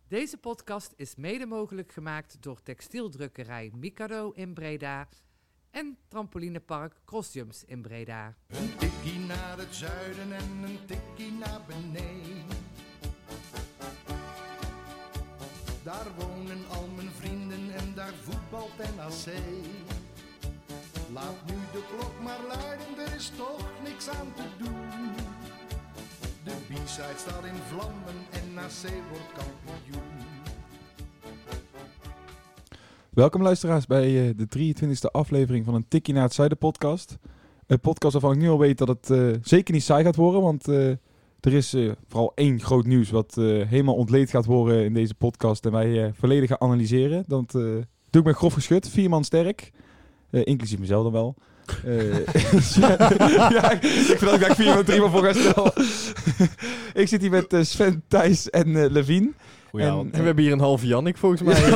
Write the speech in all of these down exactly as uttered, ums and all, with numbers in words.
Deze podcast is mede mogelijk gemaakt door textieldrukkerij Mikado in Breda en trampolinepark Crossjumps in Breda. Een tikkie naar het zuiden en een tikkie naar beneden. Daar wonen al mijn vrienden en daar voetbalt N A C. Laat nu de klok maar luiden, er is toch niks aan te doen. De B-side staat in vlammen en N A C wordt kampioen. Welkom luisteraars bij uh, de drieëntwintigste aflevering van een Tikkie naar het Zuiden podcast. Een podcast waarvan ik nu al weet dat het uh, zeker niet saai gaat worden, want uh, er is uh, vooral één groot nieuws wat uh, helemaal ontleed gaat worden in deze podcast en wij uh, volledig gaan analyseren. Dat uh, doe ik met grof geschut, vier man sterk, uh, inclusief mezelf dan wel. Uh, ja, ik vind dat ik daar vier man drie man voor ga stellen. Ik zit hier met uh, Sven, Thijs en uh, Levien. En, en we hebben hier een halve Jannik volgens mij.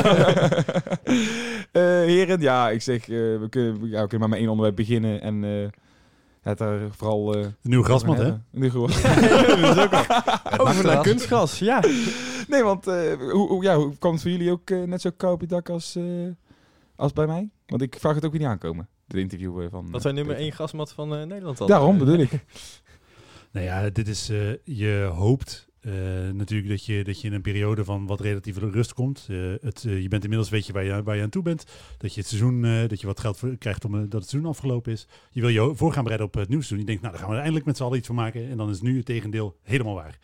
uh, heren, ja, ik zeg, uh, we, kunnen, ja, we kunnen maar met één onderwerp beginnen. En uh, het er vooral... Uh, een nieuw grasmat, hè? Een nieuw grasmat. Dat is ook al. Over naar kunstgras, ja. Nee, want uh, hoe, hoe, ja, hoe kwam het voor jullie ook uh, net zo koud op je dak als, uh, als bij mij? Want ik vraag het ook weer niet aankomen, de interview uh, van... Uh, dat wij nummer één grasmat van uh, Nederland hadden. Daarom bedoel ik. Nou ja, dit is... Uh, je hoopt... Uh, natuurlijk dat je, dat je in een periode van wat relatieve rust komt. Uh, het, uh, je bent inmiddels, weet je waar je, waar je aan toe bent. Dat je het seizoen, uh, dat je wat geld voor, krijgt om uh, dat het seizoen afgelopen is. Je wil je voor gaan bereiden op het nieuwe seizoen. Je denkt, nou, daar gaan we er eindelijk met z'n allen iets van maken. En dan is nu het tegendeel helemaal waar.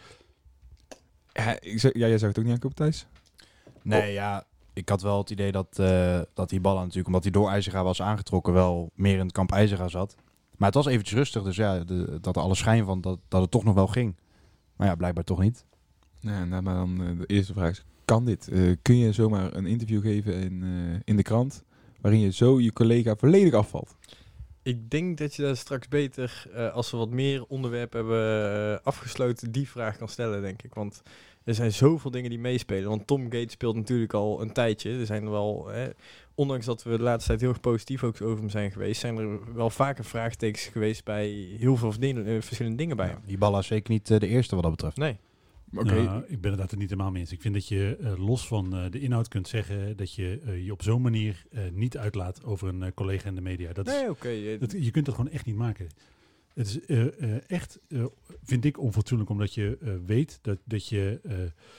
Ja, ik zeg, ja jij zou het ook niet aankopen, Thijs? Nee, oh. ja, ik had wel het idee dat, uh, dat die ballen natuurlijk, omdat hij door IJzerga was aangetrokken, wel meer in het kamp IJzerga zat. Maar het was eventjes rustig, dus ja, de, dat er alle schijn van dat, dat het toch nog wel ging. Maar ja, blijkbaar toch niet. Nou, nou maar dan uh, de eerste vraag is, kan dit? Uh, kun je zomaar een interview geven in, uh, in de krant, waarin je zo je collega volledig afvalt? Ik denk dat je daar straks beter, uh, als we wat meer onderwerpen hebben uh, afgesloten, die vraag kan stellen, denk ik. Want er zijn zoveel dingen die meespelen. Want Tom Gates speelt natuurlijk al een tijdje. Er zijn er wel, hè, ondanks dat we de laatste tijd heel erg positief ook over hem zijn geweest, zijn er wel vaker vraagtekens geweest bij heel veel dingen, uh, verschillende dingen bij ja, hem. Die ballen is zeker niet uh, de eerste wat dat betreft. Nee. Okay. Nou, ik ben het daar niet helemaal mee eens. Ik vind dat je uh, los van uh, de inhoud kunt zeggen dat je uh, je op zo'n manier uh, niet uitlaat over een uh, collega in de media. Dat nee, is, okay. dat, je kunt dat gewoon echt niet maken. Het is uh, uh, echt, uh, vind ik, onfatsoenlijk omdat je uh, weet dat, dat je, uh,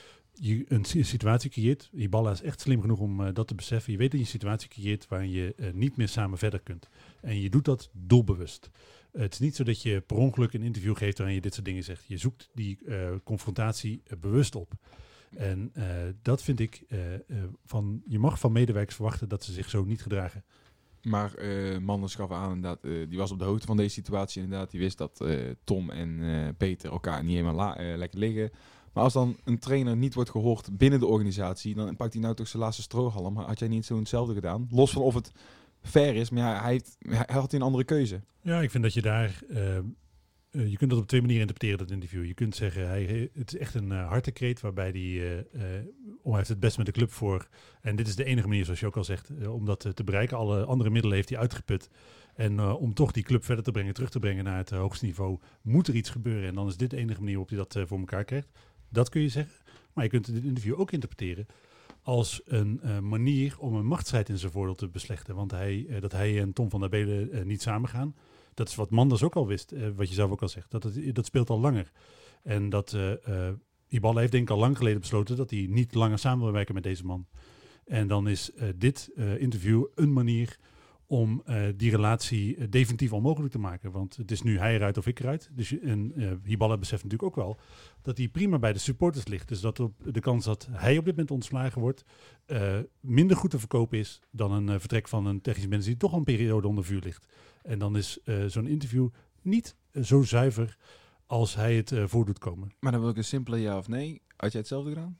je een situatie creëert. Hiballa is echt slim genoeg om uh, dat te beseffen. Je weet dat je een situatie creëert waarin je uh, niet meer samen verder kunt. En je doet dat doelbewust. Uh, het is niet zo dat je per ongeluk een interview geeft waarin je dit soort dingen zegt. Je zoekt die uh, confrontatie uh, bewust op. En uh, dat vind ik, uh, uh, van, je mag van medewerkers verwachten dat ze zich zo niet gedragen. Maar uh, Manders gaf aan, inderdaad, uh, die was op de hoogte van deze situatie. Inderdaad, die wist dat uh, Tom en uh, Peter elkaar niet helemaal la- uh, lekker liggen. Maar als dan een trainer niet wordt gehoord binnen de organisatie, dan pakt hij nou toch zijn laatste strohalm. Maar had jij niet zo hetzelfde gedaan? Los van of het fair is, maar ja, hij, heeft, hij had een andere keuze. Ja, ik vind dat je daar... Uh, uh, je kunt dat op twee manieren interpreteren, dat interview. Je kunt zeggen, hij, het is echt een uh, hartekreet waarbij hij... Uh, uh, oh, hij heeft het best met de club voor. En dit is de enige manier, zoals je ook al zegt, uh, om dat uh, te bereiken. Alle andere middelen heeft hij uitgeput. En uh, om toch die club verder te brengen, terug te brengen naar het uh, hoogste niveau, moet er iets gebeuren. En dan is dit de enige manier waarop hij dat uh, voor elkaar krijgt. Dat kun je zeggen. Maar je kunt dit interview ook interpreteren als een uh, manier om een machtsstrijd in zijn voordeel te beslechten. Want hij, uh, dat hij en Tom van der Belen uh, niet samen gaan, dat is wat Manders ook al wist, uh, wat je zelf ook al zegt. Dat, het, dat speelt al langer. En dat uh, uh, Hiballa heeft denk ik al lang geleden besloten dat hij niet langer samen wil werken met deze man. En dan is uh, dit uh, interview een manier om uh, die relatie uh, definitief onmogelijk te maken. Want het is nu hij eruit of ik eruit. Dus, en uh, Hiballa beseft natuurlijk ook wel dat hij prima bij de supporters ligt. Dus dat op de kans dat hij op dit moment ontslagen wordt uh, minder goed te verkopen is dan een uh, vertrek van een technisch manager die toch al een periode onder vuur ligt. En dan is uh, zo'n interview niet uh, zo zuiver als hij het uh, voor doet komen. Maar dan wil ik een simpele ja of nee. Had jij hetzelfde gedaan?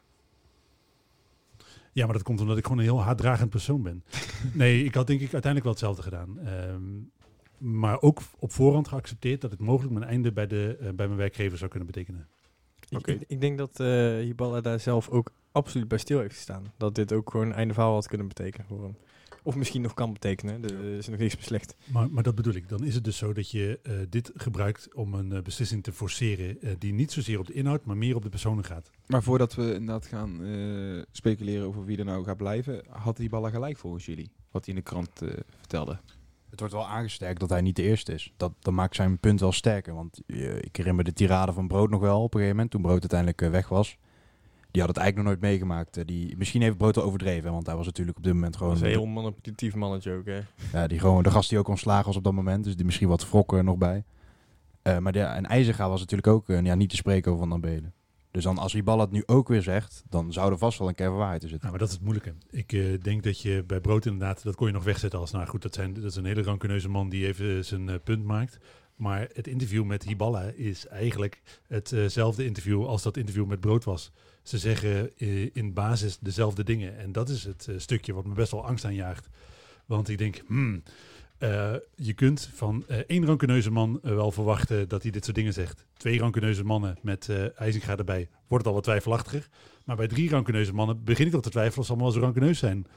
Ja, maar dat komt omdat ik gewoon een heel haatdragend persoon ben. Nee, ik had denk ik uiteindelijk wel hetzelfde gedaan. Um, maar ook op voorhand geaccepteerd dat het mogelijk mijn einde bij, de, uh, bij mijn werkgever zou kunnen betekenen. Ik, Okay. ik, ik denk dat uh, Hiballa daar zelf ook absoluut bij stil heeft gestaan. Dat dit ook gewoon een einde verhaal had kunnen betekenen voor hem. Of misschien nog kan betekenen. Er is nog niks beslecht. Maar, maar dat bedoel ik. Dan is het dus zo dat je uh, dit gebruikt om een uh, beslissing te forceren uh, die niet zozeer op de inhoud, maar meer op de personen gaat. Maar voordat we inderdaad gaan uh, speculeren over wie er nou gaat blijven, had Hiballa gelijk volgens jullie, wat hij in de krant uh, vertelde. Het wordt wel aangesterkt dat hij niet de eerste is. Dat, dat maakt zijn punt wel sterker. Want uh, ik herinner me de tirade van Brood nog wel op een gegeven moment, toen Brood uiteindelijk uh, weg was. Die had het eigenlijk nog nooit meegemaakt. Uh, die, misschien heeft Brood wel overdreven, want hij was natuurlijk op dit moment gewoon... Dat is een heel manipulatief mannetje ook, hè? Ja, die gewoon, de gast die ook ontslagen was op dat moment. Dus die misschien wat wrokken nog bij. Uh, maar de, en IJzerga was natuurlijk ook uh, ja, niet te spreken over Van Abelen. Dus dan als Hiballa het nu ook weer zegt, dan zou er vast wel een kern van waarheid in zitten. Ja, maar dat is het moeilijke. Ik uh, denk dat je bij Brood inderdaad, dat kon je nog wegzetten als, nou goed, dat, zijn, dat is een hele rankeneuze man die even zijn uh, punt maakt. Maar het interview met Hiballa is eigenlijk hetzelfde uh interview als dat interview met Brood was. Ze zeggen uh, in basis dezelfde dingen. En dat is het uh, stukje wat me best wel angst aanjaagt. Want ik denk, hmm, uh, je kunt van uh, één rankeneuze man uh, wel verwachten dat hij dit soort dingen zegt. Twee rankeneuze mannen met uh, IJzinga erbij wordt het al wat twijfelachtiger. Maar bij drie rankeneuze mannen begin ik toch te twijfelen of ze allemaal zo rankeneus zijn.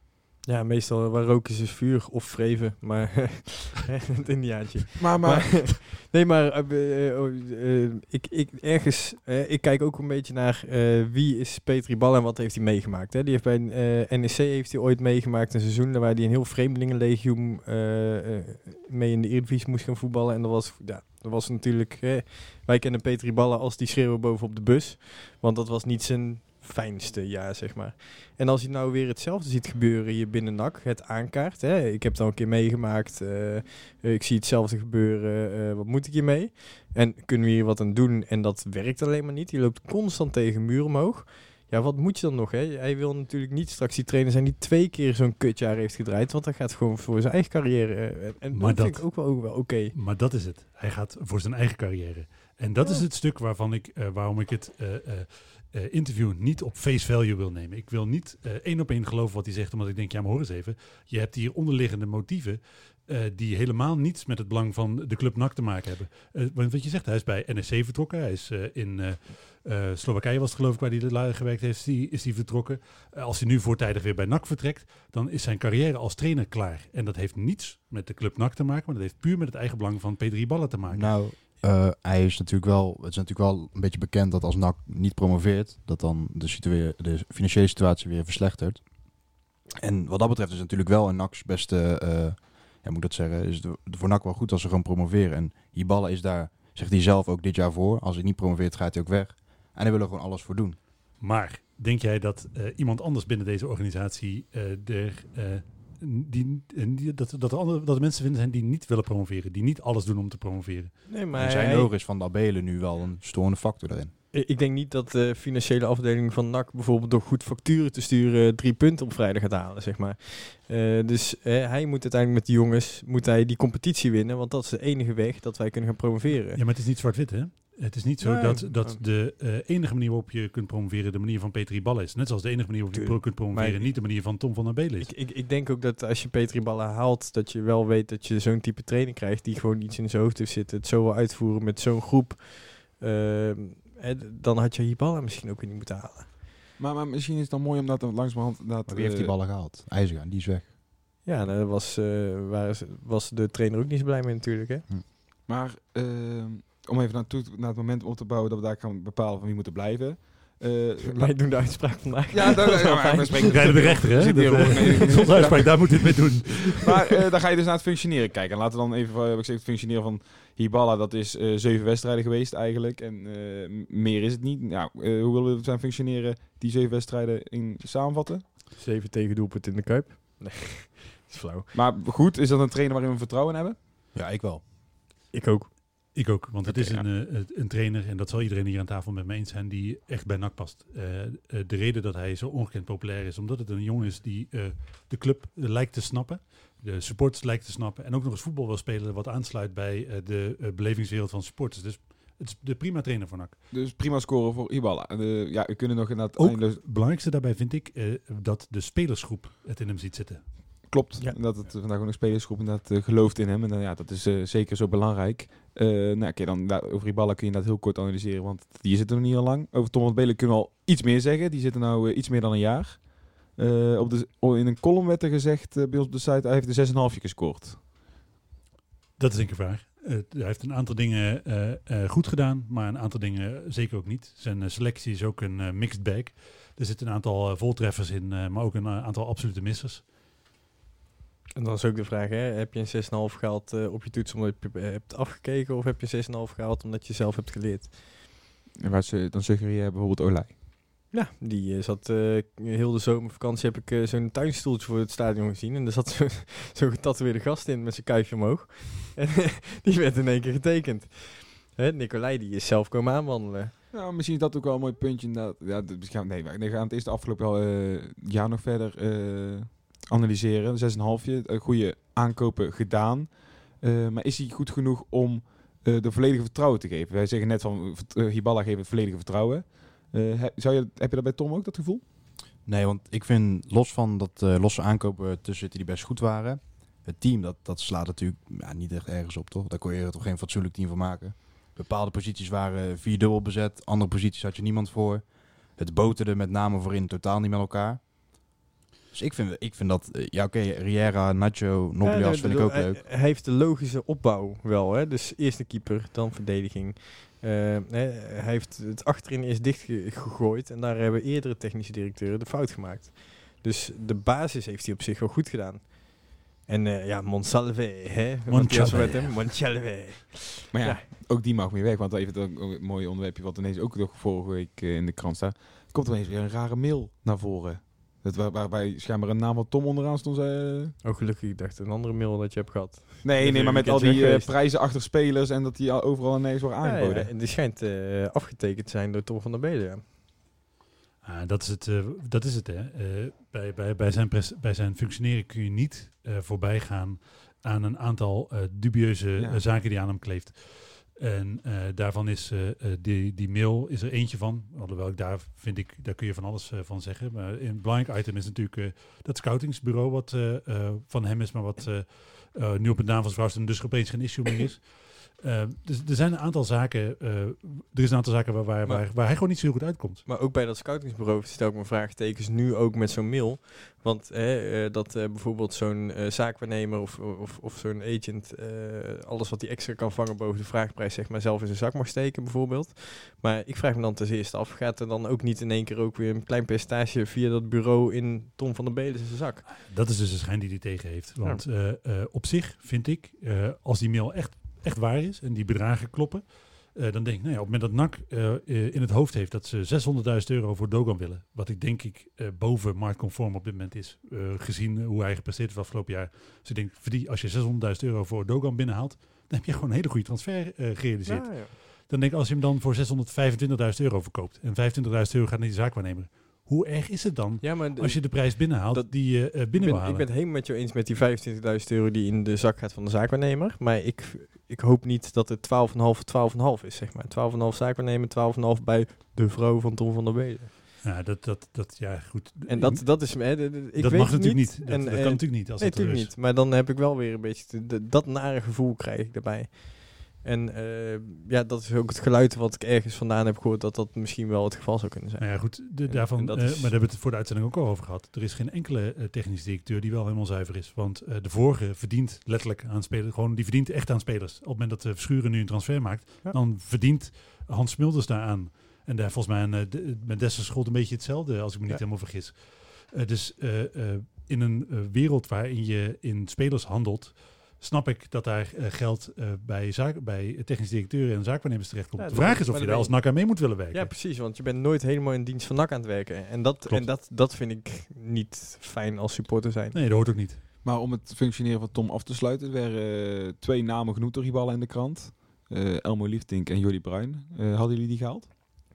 Ja, meestal waar roken is vuur of vreven, maar het Indiaantje. Maar, maar... maar nee, maar uh, uh, uh, ik, ik ergens, uh, ik kijk ook een beetje naar uh, wie is Peter Hiballa en wat heeft hij meegemaakt. Hè? Die heeft bij uh, N E C heeft hij ooit meegemaakt een seizoen waar hij een heel vreemdelingenlegioen uh, uh, mee in de Eredivisie moest gaan voetballen. En dat was, ja, dat was natuurlijk, uh, wij kennen Peter Hiballa als die schreeuwen bovenop de bus, want dat was niet zijn fijnste jaar, zeg maar. En als je nou weer hetzelfde ziet gebeuren hier binnen N A C, het aankaart, hè, ik heb het al een keer meegemaakt, uh, ik zie hetzelfde gebeuren, uh, wat moet ik hiermee? En kunnen we hier wat aan doen? En dat werkt alleen maar niet. Je loopt constant tegen muur omhoog. Ja, wat moet je dan nog? Hè? Hij wil natuurlijk niet straks die trainer zijn die twee keer zo'n kutjaar heeft gedraaid, want dat gaat gewoon voor zijn eigen carrière. Uh, en maar dat, dat vind ik ook wel, ook wel oké. Okay. Maar dat is het. Hij gaat voor zijn eigen carrière. En dat ja. is het stuk waarvan ik, uh, waarom ik het uh, uh, uh, interview niet op face value wil nemen. Ik wil niet uh, één op één geloven wat hij zegt, omdat ik denk, ja maar hoor eens even, je hebt hier onderliggende motieven uh, die helemaal niets met het belang van de club N A C te maken hebben. Uh, want wat je zegt, hij is bij N E C vertrokken, hij is uh, in uh, uh, Slowakije was het geloof ik waar hij de gewerkt heeft, die, is hij vertrokken. Uh, als hij nu voortijdig weer bij N A C vertrekt, dan is zijn carrière als trainer klaar. En dat heeft niets met de club N A C te maken, maar dat heeft puur met het eigen belang van Peter Hiballa te maken. Nou, Uh, hij is natuurlijk wel, het is natuurlijk wel een beetje bekend dat als N A C niet promoveert, dat dan de, situa- de financiële situatie weer verslechtert. En wat dat betreft is het natuurlijk wel een N A C's beste, uh, ja, moet ik dat zeggen, is het voor N A C wel goed als ze gewoon promoveren. En Hiballa is daar, zegt hij zelf ook dit jaar voor, als hij niet promoveert gaat hij ook weg. En hij wil er gewoon alles voor doen. Maar denk jij dat uh, iemand anders binnen deze organisatie uh, er... Uh, Die, die, dat, dat, er andere, dat er mensen vinden zijn die niet willen promoveren, die niet alles doen om te promoveren. Nee, maar en zijn hij, oog is Van Abelen nu wel een storende factor daarin. Ik denk niet dat de financiële afdeling van N A C bijvoorbeeld door goed facturen te sturen drie punten op vrijdag gaat halen, zeg maar. Uh, dus uh, hij moet uiteindelijk met de jongens moet hij die competitie winnen, want dat is de enige weg dat wij kunnen gaan promoveren. Ja, maar het is niet zwart-wit, hè? Het is niet zo nee, dat, dat de uh, enige manier waarop je kunt promoveren de manier van Peter Hiballa is. Net zoals de enige manier waarop je pro kunt promoveren maar niet de manier van Tom van Abelen is. Ik, ik, ik denk ook dat als je Peter Hiballa haalt, dat je wel weet dat je zo'n type trainer krijgt die gewoon iets in zijn hoofd heeft zitten. Het zo wil uitvoeren met zo'n groep. Uh, hè, dan had je Hiballa misschien ook weer niet moeten halen. Maar, maar misschien is het dan mooi om dat langzamerhand... Dat, maar wie heeft die ballen gehaald? IJzerga, die is weg. Ja, daar was, uh, was, was de trainer ook niet zo blij mee natuurlijk. Hè? Hm. Maar... Uh, om even naartoe, naar het moment op te bouwen dat we daar gaan bepalen van wie moeten blijven. Uh, Wij doen de uitspraak vandaag. Ja, dat is wel we spreken de rechter, hè? Zonder uitspraak, daar moet je het mee doen. Maar uh, dan ga je dus naar het functioneren kijken. En laten we dan even, uh, ik zeg, het functioneren van Hiballa, dat is uh, zeven wedstrijden geweest eigenlijk. En uh, meer is het niet. Nou, uh, hoe willen we zijn functioneren, die zeven wedstrijden in samenvatten? Zeven tegendoelpunten in de Kuip. Nee, dat is flauw. Maar goed, is dat een trainer waarin we vertrouwen hebben? Ja, ik wel. Ik ook. Ik ook, want het okay, is ja. een, uh, een trainer, en dat zal iedereen hier aan tafel met me eens zijn, die echt bij N A C past. Uh, uh, de reden dat hij zo ongekend populair is, omdat het een jongen is die uh, de club uh, lijkt te snappen, de supporters lijkt te snappen, en ook nog eens voetbal wil spelen wat aansluit bij uh, de uh, belevingswereld van supporters. Dus het is de prima trainer voor N A C. Dus prima scoren voor Hiballa. Uh, ja, we kunnen nog inderdaad... Ook het belangrijkste daarbij vind ik uh, dat de spelersgroep het in hem ziet zitten. Klopt, ja. dat het vandaag ook een spelersgroep inderdaad uh, gelooft in hem. En uh, ja, dat is uh, zeker zo belangrijk. Uh, nou, oké, okay, dan da- over Hiballa kun je dat heel kort analyseren, want die zitten nog niet al lang. Over Tom van Belen kunnen we al iets meer zeggen. Die zitten nou uh, iets meer dan een jaar. Uh, op de, in een column werd er gezegd uh, bij ons op de site, hij heeft een zes komma vijf gescoord. Dat is denk ik een vraag. Uh, hij heeft een aantal dingen uh, uh, goed gedaan, maar een aantal dingen zeker ook niet. Zijn uh, selectie is ook een uh, mixed bag. Er zitten een aantal uh, voltreffers in, uh, maar ook een uh, aantal absolute missers. En dan is ook de vraag, hè, heb je een zes komma vijf gehaald uh, op je toets omdat je uh, hebt afgekeken, of heb je zes komma vijf gehaald omdat je zelf hebt geleerd? En waar ze, dan suggereer je bijvoorbeeld Olij. Ja, die uh, zat uh, heel de zomervakantie, heb ik uh, zo'n tuinstoeltje voor het stadion gezien. En er zat zo'n zo getatoeëerde gast in met zijn kuifje omhoog. En die werd in één keer getekend. Hè, Nicolai, die is zelf komen aanwandelen. Nou, misschien is dat ook wel een mooi puntje. Inderdaad. Ja, dat, nee, we gaan het eerst afgelopen uh, jaar nog verder uh, analyseren. zes komma vijf, uh, goede aankopen gedaan. Uh, maar is hij goed genoeg om uh, de volledige vertrouwen te geven? Wij zeggen net van, uh, Hiballa geeft het volledige vertrouwen. Uh, he, zou je, heb je dat bij Tom ook, dat gevoel? Nee, want ik vind, los van dat uh, losse aankopen tussen zitten die best goed waren, het team, dat, dat slaat natuurlijk ja, niet echt ergens op, toch? Daar kon je er toch geen fatsoenlijk team van maken. Bepaalde posities waren vierdubbel bezet, andere posities had je niemand voor. Het boterde met name voorin totaal niet met elkaar. Dus ik vind, ik vind dat, uh, ja oké, okay, Riera, Nacho, Noblias ja, vind ik ook hij, leuk. Hij heeft de logische opbouw wel, hè? Dus eerst de keeper, dan verdediging. Uh, hij heeft het achterin eerst dichtgegooid en daar hebben eerdere technische directeuren de fout gemaakt. Dus de basis heeft hij op zich wel goed gedaan. En uh, ja, Monsalve, hè? Monsalve. Monsalve. Maar ja, ja, ook die mag weer weg, want even een, een mooi onderwerpje wat ineens ook nog vorige week uh, in de krant staat. Er komt ineens weer een rare mail naar voren. Dat waar, waarbij schijnbaar een naam van Tom onderaan stond. Uh... Oh, gelukkig, ik dacht een andere mail dat je hebt gehad. Nee, nee, maar met al die uh, prijzen achter spelers en dat die al overal en nergens worden aangeboden. Ja, ja, en die schijnt uh, afgetekend te zijn door Tom van der Belen. Ja. Ah, dat is het, uh, dat is het hè. Uh, bij, bij, bij, zijn pres- bij zijn functioneren kun je niet uh, voorbij gaan aan een aantal uh, dubieuze ja. uh, zaken die aan hem kleeft. En uh, daarvan is uh, uh, die, die mail is er eentje van. Alhoewel ik daar vind ik, daar kun je van alles uh, van zeggen. Maar een belangrijk item is natuurlijk uh, dat scoutingsbureau wat uh, uh, van hem is, maar wat uh, uh, nu op het naam van zijn vrouw dus opeens geen issue meer is. Uh, dus er zijn een aantal zaken, uh, er is een aantal zaken waar, waar, waar, waar hij gewoon niet zo heel goed uitkomt. Maar ook bij dat scoutingsbureau stel ik me vraagtekens nu ook met zo'n mail. Want hè, uh, dat uh, bijvoorbeeld zo'n uh, zaakwaarnemer of, of, of zo'n agent uh, alles wat hij extra kan vangen boven de vraagprijs zeg maar zelf in zijn zak mag steken bijvoorbeeld. Maar ik vraag me dan ten eerste af, gaat er dan ook niet in één keer ook weer een klein percentage via dat bureau in Tom van der Belen zijn zak? Dat is dus de schijn die hij tegen heeft. Want ja. uh, uh, op zich vind ik, uh, als die mail echt echt waar is en die bedragen kloppen, uh, dan denk ik, nou ja, op het moment dat N A C uh, uh, in het hoofd heeft dat ze zeshonderdduizend euro voor Dogan willen, wat ik denk ik uh, boven marktconform op dit moment is, uh, gezien hoe hij gepresteerd heeft afgelopen jaar. Dus ik denk, voor die, als je zeshonderdduizend euro voor Dogan binnenhaalt, dan heb je gewoon een hele goede transfer uh, gerealiseerd. Ja, ja. Dan denk ik, als je hem dan voor zeshonderdvijfentwintigduizend euro verkoopt en vijfentwintigduizend euro gaat naar die zaakwaarnemer, hoe erg is het dan ja, maar de, als je de prijs binnenhaalt dat, die je uh, binnen wil halen? Ik ben het helemaal met jou eens met die vijfentwintigduizend euro die in de zak gaat van de zaakwaarnemer. Maar ik, ik hoop niet dat het twaalf komma vijf, twaalf komma vijf is, zeg maar. twaalf komma vijf zaakwaarnemer, twaalf komma vijf bij de vrouw van Tom van der Belen. Ja, dat, dat, dat, ja, goed. En dat, dat is... Eh, ik dat weet mag natuurlijk niet. niet. Dat, en, dat kan en, natuurlijk niet. Als nee, het natuurlijk niet. Maar dan heb ik wel weer een beetje... Te, de, dat nare gevoel krijg ik daarbij. En uh, ja, dat is ook het geluid wat ik ergens vandaan heb gehoord, dat dat misschien wel het geval zou kunnen zijn. Nou ja, goed, de, daarvan, en, en uh, is... maar daar hebben we het voor de uitzending ook al over gehad. Er is geen enkele uh, technische directeur die wel helemaal zuiver is. Want uh, de vorige verdient letterlijk aan spelers, gewoon die verdient echt aan spelers. Op het moment dat uh, Verschuren nu een transfer maakt, ja. dan verdient Hans Smulders daar aan. En daar volgens mij aan, uh, de, met Dessers Scholt een beetje hetzelfde, als ik me niet ja. helemaal vergis. Uh, dus uh, uh, in een uh, wereld waarin je in spelers handelt, snap ik dat daar uh, geld uh, bij, zaak, bij technische directeuren en zaakwaarnemers terechtkomt. Ja, de vraag is of je daar als N A C aan mee moet willen werken. Ja, precies, want je bent nooit helemaal in dienst van N A C aan het werken. En dat, en dat, dat vind ik niet fijn als supporter zijn. Nee, dat hoort ook niet. Maar om het functioneren van Tom af te sluiten, er werden uh, twee namen genoemd door Hiballa in de krant. Uh, Elmo Liefdink en Jordi Bruin. Uh, hadden jullie die gehaald?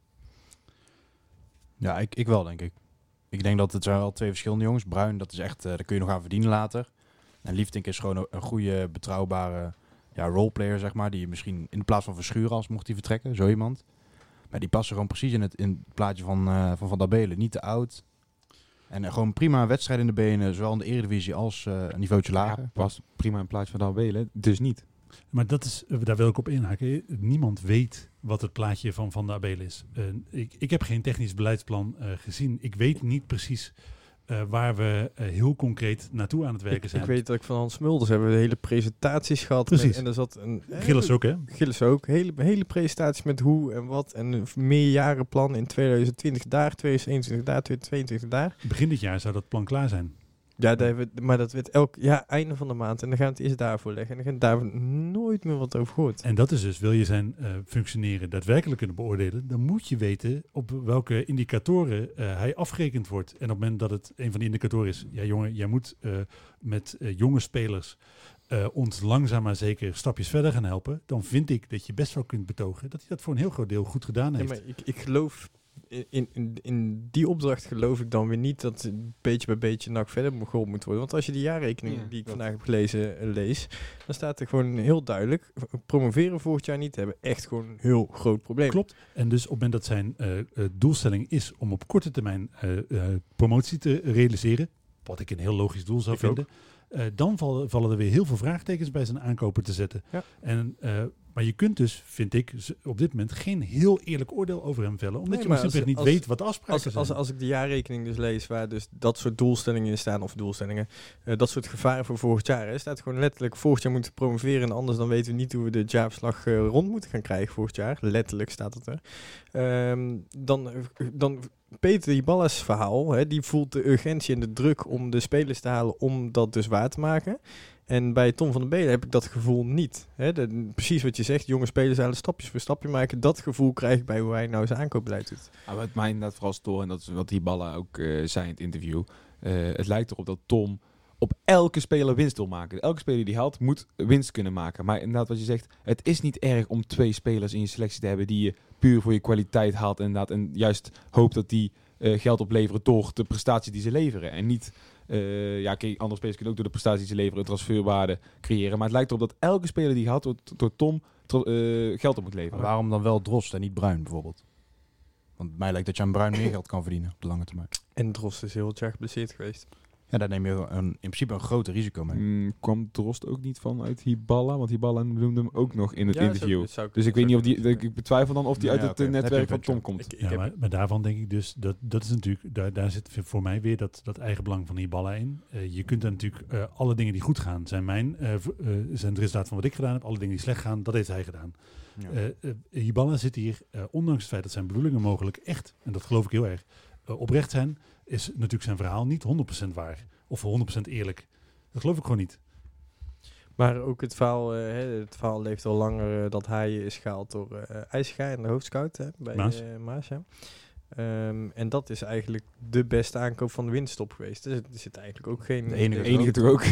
Ja, ik, ik wel, denk ik. Ik denk dat het zijn wel twee verschillende jongens. Bruin, dat is echt, uh, daar kun je nog aan verdienen later. En Liefdink is gewoon een, een goede, betrouwbare ja, roleplayer, zeg maar. Die je misschien in plaats van Verschuren als mocht hij vertrekken, zo iemand. Maar die passen gewoon precies in het, in het plaatje van uh, Van, van der Belen. Niet te oud. En uh, gewoon prima wedstrijd in de benen, zowel in de Eredivisie als uh, een niveautje lager. Ja, past prima in het plaatje van Van der Belen, dus niet. Maar dat is, daar wil ik op inhaken. Niemand weet wat het plaatje van Van der Belen is. Uh, ik, ik heb geen technisch beleidsplan uh, gezien. Ik weet niet precies Uh, waar we uh, heel concreet naartoe aan het werken ik, zijn. Ik weet dat ik van Hans Mulders hebben we hele presentaties gehad. Precies. Met, en er zat een... Gilles ook, hè? Gilles ook. Hele, hele presentaties met hoe en wat. En een meerjarenplan in tweeduizend twintig daar, tweeduizend eenentwintig daar, tweeduizend tweeëntwintig daar. Begin dit jaar zou dat plan klaar zijn. Ja, daar hebben we, maar dat werd elk ja, einde van de maand. En dan gaan we het eerst daarvoor leggen. En dan gaan we daar nooit meer wat over gehoord. En dat is dus, wil je zijn uh, functioneren daadwerkelijk kunnen beoordelen, dan moet je weten op welke indicatoren uh, hij afgerekend wordt. En op het moment dat het een van die indicatoren is, ja jongen, jij moet uh, met uh, jonge spelers uh, ons langzaam maar zeker stapjes verder gaan helpen, dan vind ik dat je best wel kunt betogen dat hij dat voor een heel groot deel goed gedaan heeft. Ja, maar ik, ik geloof... In, in, in die opdracht geloof ik dan weer niet dat het beetje bij beetje N A C verder geholpen moet worden. Want als je die jaarrekening ja, die ik vandaag heb gelezen uh, lees, dan staat er gewoon heel duidelijk, promoveren volgend jaar niet, hebben echt gewoon een heel groot probleem. Klopt. En dus op het moment dat zijn uh, uh, doelstelling is om op korte termijn uh, uh, promotie te realiseren, wat ik een heel logisch doel zou ik vinden, uh, dan vallen, vallen er weer heel veel vraagtekens bij zijn aankoper te zetten. Ja. En... Uh, Maar je kunt dus, vind ik, op dit moment geen heel eerlijk oordeel over hem vellen. Omdat nee, je maar simpelweg niet als, weet wat de afspraken als, zijn. Als, als ik de jaarrekening dus lees waar dus dat soort doelstellingen in staan, of doelstellingen, uh, dat soort gevaren voor volgend jaar, hè, staat gewoon letterlijk volgend jaar moeten promoveren en anders dan weten we niet hoe we de jaarverslag uh, rond moeten gaan krijgen volgend jaar. Letterlijk staat het er. Um, dan, dan Peter Hiballa's verhaal, hè, die voelt de urgentie en de druk om de spelers te halen om dat dus waar te maken. En bij Tom van den Belen heb ik dat gevoel niet. Hè? De, precies wat je zegt, jonge spelers eigenlijk stapjes voor stapje maken. Dat gevoel krijg ik bij hoe hij nou zijn aankoopbeleid doet. Ah, wat mij inderdaad vooral stoort, en dat is wat Hiballa ook uh, zei in het interview. Uh, het lijkt erop dat Tom op elke speler winst wil maken. Elke speler die haalt, moet winst kunnen maken. Maar inderdaad wat je zegt, het is niet erg om twee spelers in je selectie te hebben die je puur voor je kwaliteit haalt. Inderdaad, en juist hoopt dat die uh, geld opleveren door de prestaties die ze leveren. En niet... Uh, ja, kijk, andere spelers kunnen ook door de prestaties die leveren een transferwaarde creëren. Maar het lijkt erop dat elke speler die gaat door, door Tom tra- uh, geld op moet leveren. Maar waarom dan wel Drost en niet Bruin bijvoorbeeld? Want mij lijkt dat je aan Bruin meer geld kan verdienen op de lange termijn. En Drost is heel het jaar geblesseerd geweest. Ja, daar neem je een, in principe een groter risico mee. Mm, kwam Drost ook niet vanuit Hiballa? Want Hiballa noemde hem ook nog in het ja, interview. Zou, zou ik, dus ik weet niet of die... Ik, ik betwijfel dan of die ja, uit ja, het okay. netwerk van Tom komt. Ik, ik ja, maar, maar daarvan denk ik dus... Dat, dat is natuurlijk... Daar, daar zit voor mij weer dat, dat eigen belang van Hiballa in. Uh, je kunt dan natuurlijk... Uh, alle dingen die goed gaan zijn mijn... Uh, uh, zijn het resultaat van wat ik gedaan heb. Alle dingen die slecht gaan, dat heeft hij gedaan. Ja. Uh, uh, Hiballa zit hier... Uh, ondanks het feit dat zijn bedoelingen mogelijk echt... En dat geloof ik heel erg... Uh, oprecht zijn... Is natuurlijk zijn verhaal niet honderd procent waar... Of honderd procent eerlijk. Dat geloof ik gewoon niet. Maar ook het verhaal, uh, het verhaal leeft al langer uh, dat hij is gehaald door uh, IJsga en de hoofdscout hè, bij Maas. Uh, Maas ja. um, en dat is eigenlijk de beste aankoop van de winststop geweest. Dus er zit eigenlijk ook geen... De enige, de enige toch ook.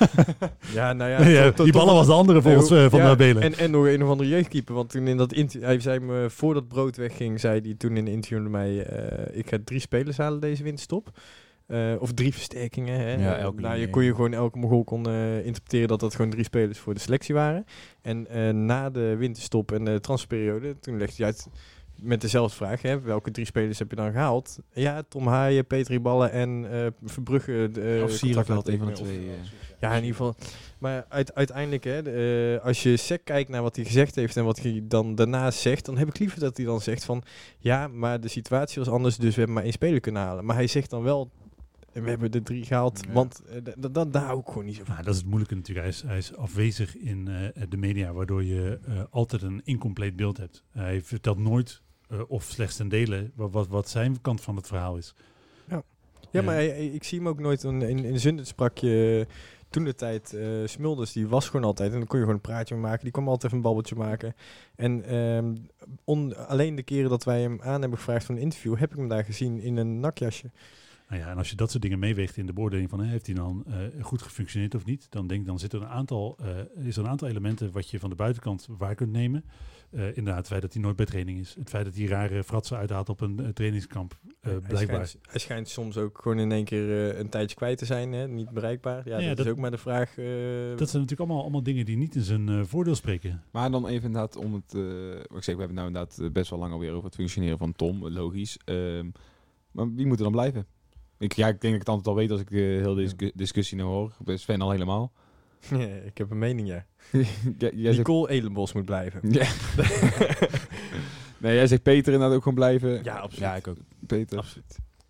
ja, nou ja. ja tot, tot, die ballen was de andere volgens uh, Van ja, der Belen. En, en nog een of andere jeugdkeeper. Want toen in dat interview... Hij zei me, voordat Brood wegging, zei hij toen in een interview met mij... Uh, ik ga drie spelers halen deze winststop. Uh, of drie versterkingen. Hè. Ja, elke nou, linie, je kon je ja. gewoon elke mogol kon uh, interpreteren dat dat gewoon drie spelers voor de selectie waren. En uh, na de winterstop en de transferperiode, toen legde hij uit met dezelfde vraag, hè, welke drie spelers heb je dan gehaald? Ja, Tom Haaien, Peter Hiballe en uh, Verbrugge. Uh, of Sierenveld, een van de twee. Uh. Ja, in ieder geval. Maar uit, uiteindelijk, hè, de, uh, als je sec kijkt naar wat hij gezegd heeft en wat hij dan daarna zegt, dan heb ik liever dat hij dan zegt van, ja, maar de situatie was anders, dus we hebben maar één speler kunnen halen. Maar hij zegt dan wel, en we hebben de drie gehaald, ja. want uh, d- d- daar hou ik gewoon niet zo van. Nou, dat is het moeilijke natuurlijk. Hij is, hij is afwezig in uh, de media, waardoor je uh, altijd een incompleet beeld hebt. Uh, hij vertelt nooit, uh, of slechts ten dele, wat, wat, wat zijn kant van het verhaal is. Ja, ja uh, maar hij, ik zie hem ook nooit, in, in, in Zundert sprak je... Toen de tijd, uh, Smulders, die was gewoon altijd. En dan kon je gewoon een praatje mee maken. Die kwam altijd even een babbeltje maken. En um, on, alleen de keren dat wij hem aan hebben gevraagd voor een interview, heb ik hem daar gezien in een nakjasje. Nou ja, en als je dat soort dingen meeweegt in de beoordeling van, hè, heeft hij dan uh, goed gefunctioneerd of niet, dan denk ik, dan zit er een aantal, uh, is er een aantal elementen wat je van de buitenkant waar kunt nemen. Uh, inderdaad, het feit dat hij nooit bij training is. Het feit dat hij rare fratsen uithaalt op een uh, trainingskamp. Uh, hij, blijkbaar. Schijnt, hij schijnt soms ook gewoon in één keer uh, een tijdje kwijt te zijn, hè? Niet bereikbaar. Ja, ja dat, dat is ook maar de vraag. Uh, dat zijn natuurlijk allemaal, allemaal dingen die niet in zijn uh, voordeel spreken. Maar dan even inderdaad om het... Uh, wat ik zeg, we hebben nou inderdaad best wel lang alweer over het functioneren van Tom, logisch. Um, maar wie moet er dan blijven? Ik, ja, ik denk dat ik het antwoord al weet als ik de hele dis- discussie nou hoor. Bij Sven al helemaal. Ja, ik heb een mening, ja. ja jij Nicole zegt... Elenbos moet blijven. Ja. Nee, jij zegt Peter inderdaad ook gewoon blijven. Ja, absoluut. Ja, ik ook. Peter. Absoluut.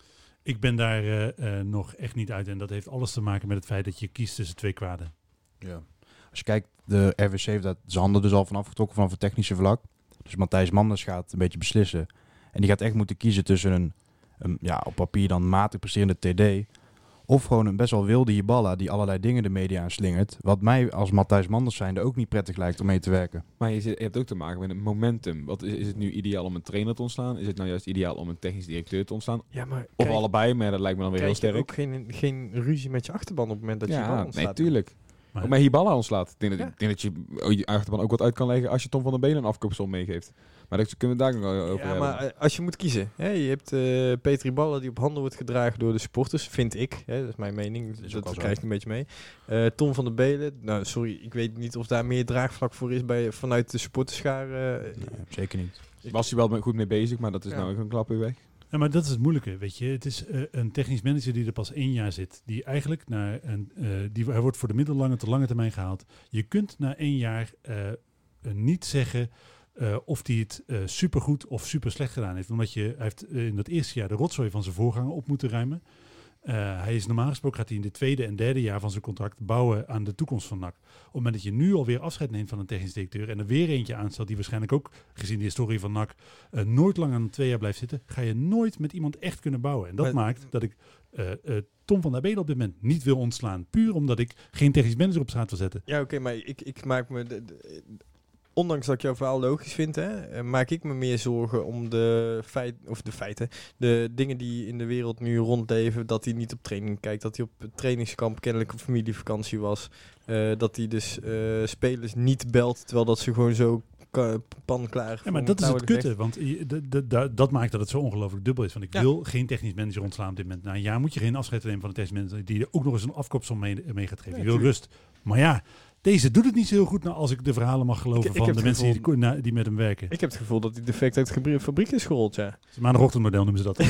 Ik ben daar uh, uh, nog echt niet uit. En dat heeft alles te maken met het feit dat je kiest tussen twee kwaden. Ja. Als je kijkt, de R V C heeft dat zijn handen dus al van afgetrokken vanaf het technische vlak. Dus Matthijs Manders gaat een beetje beslissen. En die gaat echt moeten kiezen tussen een, een ja, op papier dan matig presterende T D... of gewoon een best wel wilde Hiballa die allerlei dingen de media aanslingert. Wat mij als Matthijs Manders zijnde ook niet prettig lijkt om mee te werken. Maar je, zit, je hebt ook te maken met een momentum. Wat is, is het nu ideaal om een trainer te ontslaan? Is het nou juist ideaal om een technisch directeur te ontslaan? Ja, maar Of krijg, allebei, maar dat lijkt me dan weer heel krijg je sterk. ook geen, geen ruzie met je achterban op het moment dat je ja, Hiballa ontslaat? nee, tuurlijk. Maar, Ook met Hiballa ontslaat. Ik denk, dat, Ja. ik denk dat je oh, je achterban ook wat uit kan leggen als je Tom van der Belen een afkoopsom meegeeft. Maar dat kunnen we het daar nog over Ja, hebben. maar uh, als je moet kiezen. Hè, je hebt uh, Peter Hiballa die op handen wordt gedragen door de supporters, vind ik. Hè, dat is mijn mening. Dat is Dat, ook wel dat zo. krijg ik een beetje mee. Uh, Tom van der Belen. Nou, sorry, ik weet niet of daar meer draagvlak voor is bij, vanuit de supporterschaar. Uh, Nee, zeker niet. Was hij wel mee- goed mee bezig, maar dat is Ja. nou ook een klap weer weg. ja, maar dat is het moeilijke, weet je. Het is uh, een technisch manager die er pas één jaar zit. Die eigenlijk naar een, uh, die, hij wordt voor de middellange tot lange termijn gehaald. Je kunt na één jaar uh, uh, niet zeggen uh, of hij het uh, supergoed of super slecht gedaan heeft. Omdat je, hij heeft uh, in dat eerste jaar de rotzooi van zijn voorganger op moeten ruimen. Uh, hij is normaal gesproken gaat hij in het tweede en derde jaar van zijn contract bouwen aan de toekomst van N A C. Op het moment dat je nu alweer afscheid neemt van een technisch directeur en er weer eentje aanstelt die waarschijnlijk ook, gezien de historie van N A C, uh, nooit langer dan twee jaar blijft zitten, ga je nooit met iemand echt kunnen bouwen. En dat Maar- maakt dat ik uh, uh, Tom van der Belen op dit moment niet wil ontslaan. Puur omdat ik geen technisch manager op straat wil zetten. Ja, oké, okay, maar ik, ik maak me... De, de, ondanks dat ik jouw verhaal logisch vind, hè, maak ik me meer zorgen om de, feit, of de feiten, de dingen die in de wereld nu rondleven, dat hij niet op training kijkt, dat hij op het trainingskamp kennelijk op familievakantie was, uh, dat hij dus uh, spelers niet belt, terwijl dat ze gewoon zo ka- panklaar Ja, maar dat is het kutte, want je, de, de, de, dat maakt dat het zo ongelooflijk dubbel is. Want ik Ja. wil geen technisch manager ontslaan op dit moment. Na een jaar moet je geen afscheid nemen van een technisch manager die er ook nog eens een afkoopsom mee, mee gaat geven. Ja, je wil rust. Maar ja, deze doet het niet zo heel goed nou, als ik de verhalen mag geloven Ik- ik van heb de het mensen die, gevoel- na- die met hem werken. Ik heb het gevoel dat hij defect uit de gebri- fabriek is gerold, ja. Het maandagochtendmodel noemen ze dat.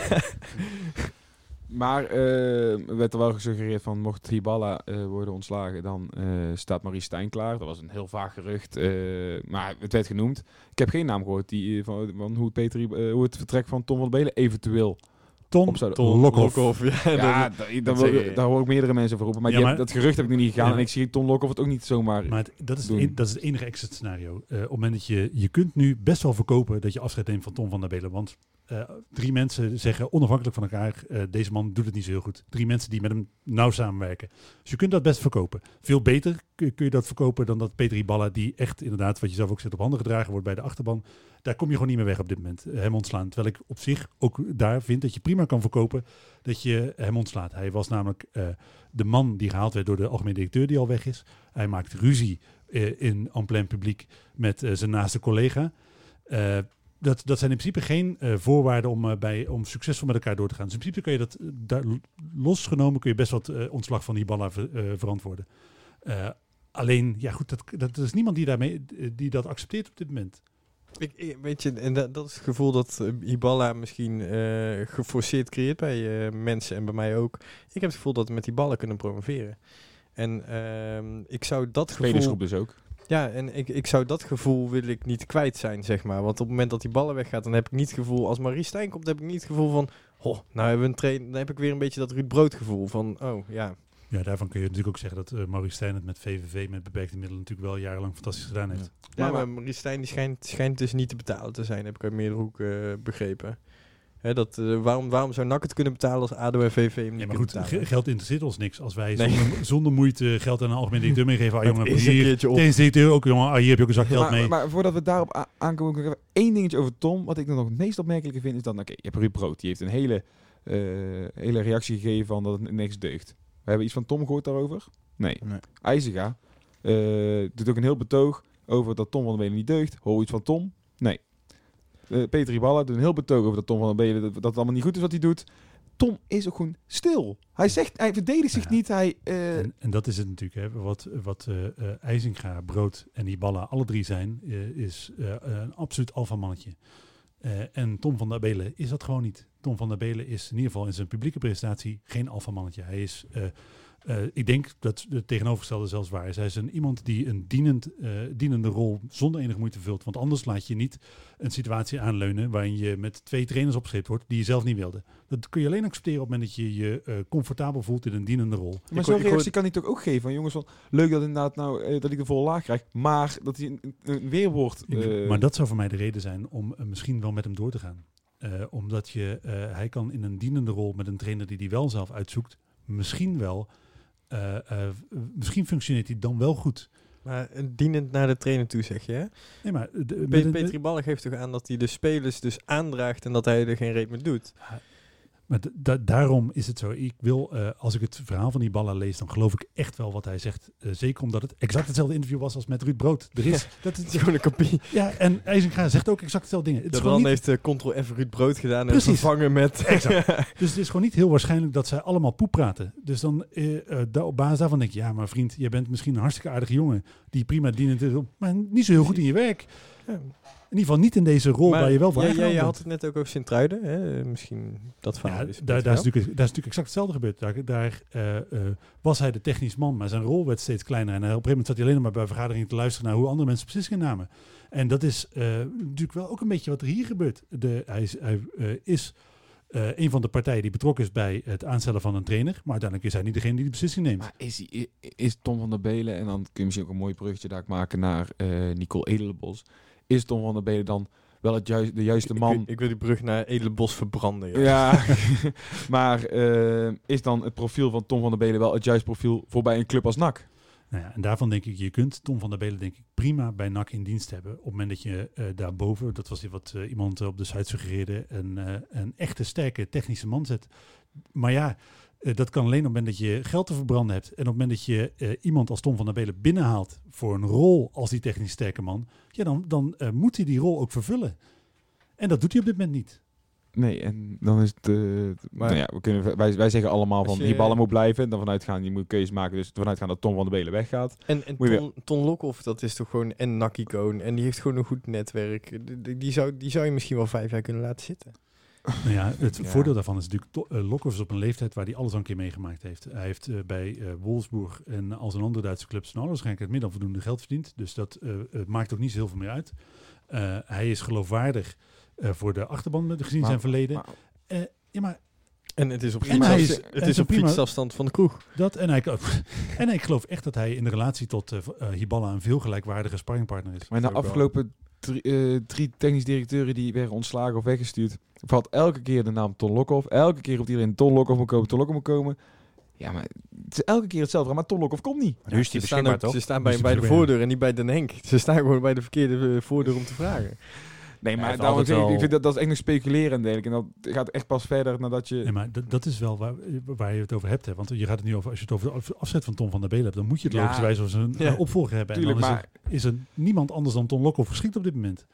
Maar uh, werd er wel gesuggereerd van mocht Hiballa uh, worden ontslagen, dan uh, staat Maurice Stijn klaar. Dat was een heel vaag gerucht, uh, maar het werd genoemd. Ik heb geen naam gehoord die, uh, van, van hoe, het Peter, uh, hoe het vertrek van Tom van der Belen eventueel Tom, op zou... Tom Lokhoff. Lokhoff, ja. Ja, dat- da- dat daar zeg wil- je. daar hoor ik meerdere mensen over roepen. Maar, Ja, die maar- heb- dat gerucht heb ik nu niet gegaan Ja. en ik zie Tom Lokhoff het ook niet zomaar... Maar het- dat, is het doen. een, dat is het enige exit scenario. Uh, op het moment dat je, je kunt nu best wel verkopen dat je afscheid neemt van Tom van der Belen. Want uh, drie mensen zeggen onafhankelijk van elkaar, uh, deze man doet het niet zo heel goed. Drie mensen die met hem nauw samenwerken. Dus je kunt dat best verkopen. Veel beter kun, kun je dat verkopen dan dat Peter Hiballa, die echt inderdaad, wat je zelf ook zegt, op handen gedragen wordt bij de achterban. Daar kom je gewoon niet meer weg op dit moment. Uh, hem ontslaan. Terwijl ik op zich ook daar vind dat je prima kan verkopen dat je hem ontslaat. Hij was namelijk uh, de man die gehaald werd door de algemeen directeur die al weg is. Hij maakt ruzie uh, in en plein publiek met uh, zijn naaste collega. Uh, dat, dat zijn in principe geen uh, voorwaarden om, uh, bij, om succesvol met elkaar door te gaan. Dus in principe kun je dat, uh, daar, losgenomen kun je best wat uh, ontslag van Hiballa ver, uh, verantwoorden. Uh, alleen, ja goed, dat, dat is niemand die, daarmee, die dat accepteert op dit moment. Ik, ik, weet je, en dat, dat is het gevoel dat uh, Hiballa misschien uh, geforceerd creëert bij uh, mensen en bij mij ook. Ik heb het gevoel dat we met die ballen kunnen promoveren. En uh, ik zou dat gevoel... Spelersgroep dus ook. Ja, en ik, ik zou dat gevoel wil ik niet kwijt zijn, zeg maar. Want op het moment dat die ballen weggaat, dan heb ik niet het gevoel... Als Maurice Stijn komt, heb ik niet het gevoel van... Oh, nou hebben we een train... Dan heb ik weer een beetje dat Ruud Brood gevoel van... Oh, ja. Ja, daarvan kun je natuurlijk ook zeggen dat uh, Maurice Stijn het met V V V met beperkte middelen natuurlijk wel jarenlang fantastisch gedaan heeft. Ja, Maar- maar, maar- Maurice Stijn die schijnt, schijnt dus niet te betalen te zijn, heb ik uit meerdere hoeken uh, begrepen. Hè, dat, uh, waarom, waarom zou N A C het kunnen betalen als A D O en V V V hem niet Ja, maar kunnen goed, betalen? ge- geld interesseert ons niks. Als wij Nee. zonder, zonder moeite geld aan een algemeen directeur meegeven. Ah, Het jongen, is een hier, keertje op. tegen directeur ook, jongen, ah, hier heb je ook een zak geld maar, mee. maar voordat we daarop a- aankomen, nog even één dingetje over Tom. Wat ik dan nog het meest opmerkelijke vind, is dat, oké, je hebt Ruud Brood. Die heeft een hele, uh, hele reactie gegeven van dat het niks deugt. We hebben iets van Tom gehoord daarover? Nee. Nee. IJzega uh, doet ook een heel betoog over dat Tom van der Belen niet deugt. Hoor iets van Tom? Nee. Uh, Peter Hiballa doet een heel betoog over dat Tom van der Belen dat, dat het allemaal niet goed is wat hij doet. Tom is ook gewoon stil. Hij zegt, hij verdedigt zich Ja. niet. Hij, uh, En, en dat is het natuurlijk. Hè. Wat, wat uh, uh, IJzinga, Brood en Hiballa alle drie zijn, uh, is uh, een absoluut alfamannetje. Uh, en Tom van der Belen is dat gewoon niet. Tom van der Belen is in ieder geval in zijn publieke presentatie geen alfamannetje. Hij is uh, Uh, ik denk dat het tegenovergestelde zelfs waar is. Hij is een, iemand die een dienend, uh, dienende rol zonder enige moeite vult. Want anders laat je niet een situatie aanleunen waarin je met twee trainers opgeschreven wordt die je zelf niet wilde. Dat kun je alleen accepteren op het moment dat je je uh, comfortabel voelt in een dienende rol. Maar zo'n reactie kan hij toch ook geven van jongens, van, leuk dat inderdaad nou uh, dat ik de volle laag krijg, maar dat hij een, een weerwoord... Uh... Maar dat zou voor mij de reden zijn om uh, misschien wel met hem door te gaan. Uh, omdat je, uh, hij kan in een dienende rol met een trainer die hij wel zelf uitzoekt, misschien wel... Uh, uh, misschien functioneert hij dan wel goed. Maar dienend naar de trainer toe, zeg je, hè? Nee, maar... De, Pe- de, Petri Ballen geeft toch aan dat hij de spelers dus aandraagt en dat hij er geen reet mee doet? Uh, maar d- da- daarom is het zo. Ik wil, uh, als ik het verhaal van die Ballen lees, dan geloof ik echt wel wat hij zegt. Uh, zeker omdat het exact hetzelfde interview was als met Ruud Brood. Er is, ja, dat is gewoon een kopie. Ja, en IJzenga zegt ook exact hetzelfde dingen. Het de Brand niet... heeft uh, Ctrl F Ruud Brood gedaan Precies. en vervangen met... Exact. Dus het is gewoon niet heel waarschijnlijk dat zij allemaal poep praten. Dus dan uh, uh, da- op basis daarvan denk je, ja, maar vriend, jij bent misschien een hartstikke aardige jongen die prima dienend is, maar niet zo heel goed in je werk. Ja. In ieder geval niet in deze rol maar waar je wel voor ja, ja, je had het net ook over Sint-Truiden. Hè? Misschien dat verhaal ja, is. Daar, daar, is natuurlijk, daar is natuurlijk exact hetzelfde gebeurd. Daar, daar uh, uh, was hij de technisch man, maar zijn rol werd steeds kleiner. En uh, op een gegeven moment zat hij alleen nog maar bij vergaderingen te luisteren naar hoe andere mensen beslissingen namen. En dat is uh, natuurlijk wel ook een beetje wat er hier gebeurt. De, hij is, hij, uh, is uh, een van de partijen die betrokken is bij het aanstellen van een trainer. Maar uiteindelijk is hij niet degene die de beslissing neemt. Maar is, hij, is Tom van der Belen, en dan kun je misschien ook een mooi bruggetje daar maken naar uh, Nicole Edelenbos. Is Tom van der Belen dan wel het juist, de juiste man? Ik, ik, ik wil die brug naar Edelenbos verbranden. Ja, ja maar uh, is dan het profiel van Tom van der Belen wel het juiste profiel voor bij een club als N A C? Nou ja, en daarvan denk ik, je kunt Tom van der Belen denk ik prima bij N A C in dienst hebben. Op het moment dat je uh, daarboven, dat was wat uh, iemand op de site suggereerde, een, uh, een echte sterke technische man zet. Maar ja, uh, dat kan alleen op het moment dat je geld te verbranden hebt. En op het moment dat je uh, iemand als Tom van der Belen binnenhaalt voor een rol als die technisch sterke man, ja, dan, dan uh, moet hij die rol ook vervullen. En dat doet hij op dit moment niet. Nee, en dan is het... Uh, maar nou ja, we kunnen, wij, wij zeggen allemaal van, je, die ballen moet blijven. Dan vanuit gaan, je moet keuzes maken. Dus vanuit gaan dat Tom van der Belen weggaat. En, en Ton, Ton Lokhoff, dat is toch gewoon een N A C-icoon. En die heeft gewoon een goed netwerk. Die, die, zou, die zou je misschien wel vijf jaar kunnen laten zitten. Nou ja, het ja. voordeel daarvan is natuurlijk... To- uh, Lokhoff is op een leeftijd waar hij alles al een keer meegemaakt heeft. Hij heeft uh, bij uh, Wolfsburg en als een andere Duitse clubs nou waarschijnlijk het meer dan voldoende geld verdiend. Dus dat uh, uh, maakt ook niet zo heel veel meer uit. Uh, hij is geloofwaardig uh, voor de achterban gezien maar, zijn verleden. Maar, uh, ja, maar... En het is op fietsafstand, is, het is op fietsafstand van de kroeg. Dat, en, hij, en ik geloof echt dat hij in de relatie tot uh, uh, Hiballa een veel gelijkwaardige sparringpartner is. Maar na afgelopen drie, uh, drie technisch directeuren die werden ontslagen of weggestuurd, valt elke keer de naam Ton Lokhoff. Elke keer op iedereen Ton Lokhoff moet komen, Ton Lokhoff moet komen. Ja, maar het is elke keer hetzelfde. Maar Ton Lokhoff komt niet. Nu is die beschikbaar, toch? Ze staan bij, bij de voordeur en niet bij Den Henk. Ze staan gewoon bij de verkeerde voordeur om te vragen. Nee, maar ja, daarom zeg ik, ik vind dat, dat is echt nog speculeren, denk ik. En dat gaat echt pas verder nadat je... Nee, maar d- dat is wel waar, waar je het over hebt. Hè. Want je gaat het nu over, als je het over de afzet van Tom van der Belen hebt, dan moet je het ja. logischerwijs als een ja. opvolger hebben. Tuurlijk, en dan maar... is, er, is er niemand anders dan Ton Lokhoff geschikt op dit moment.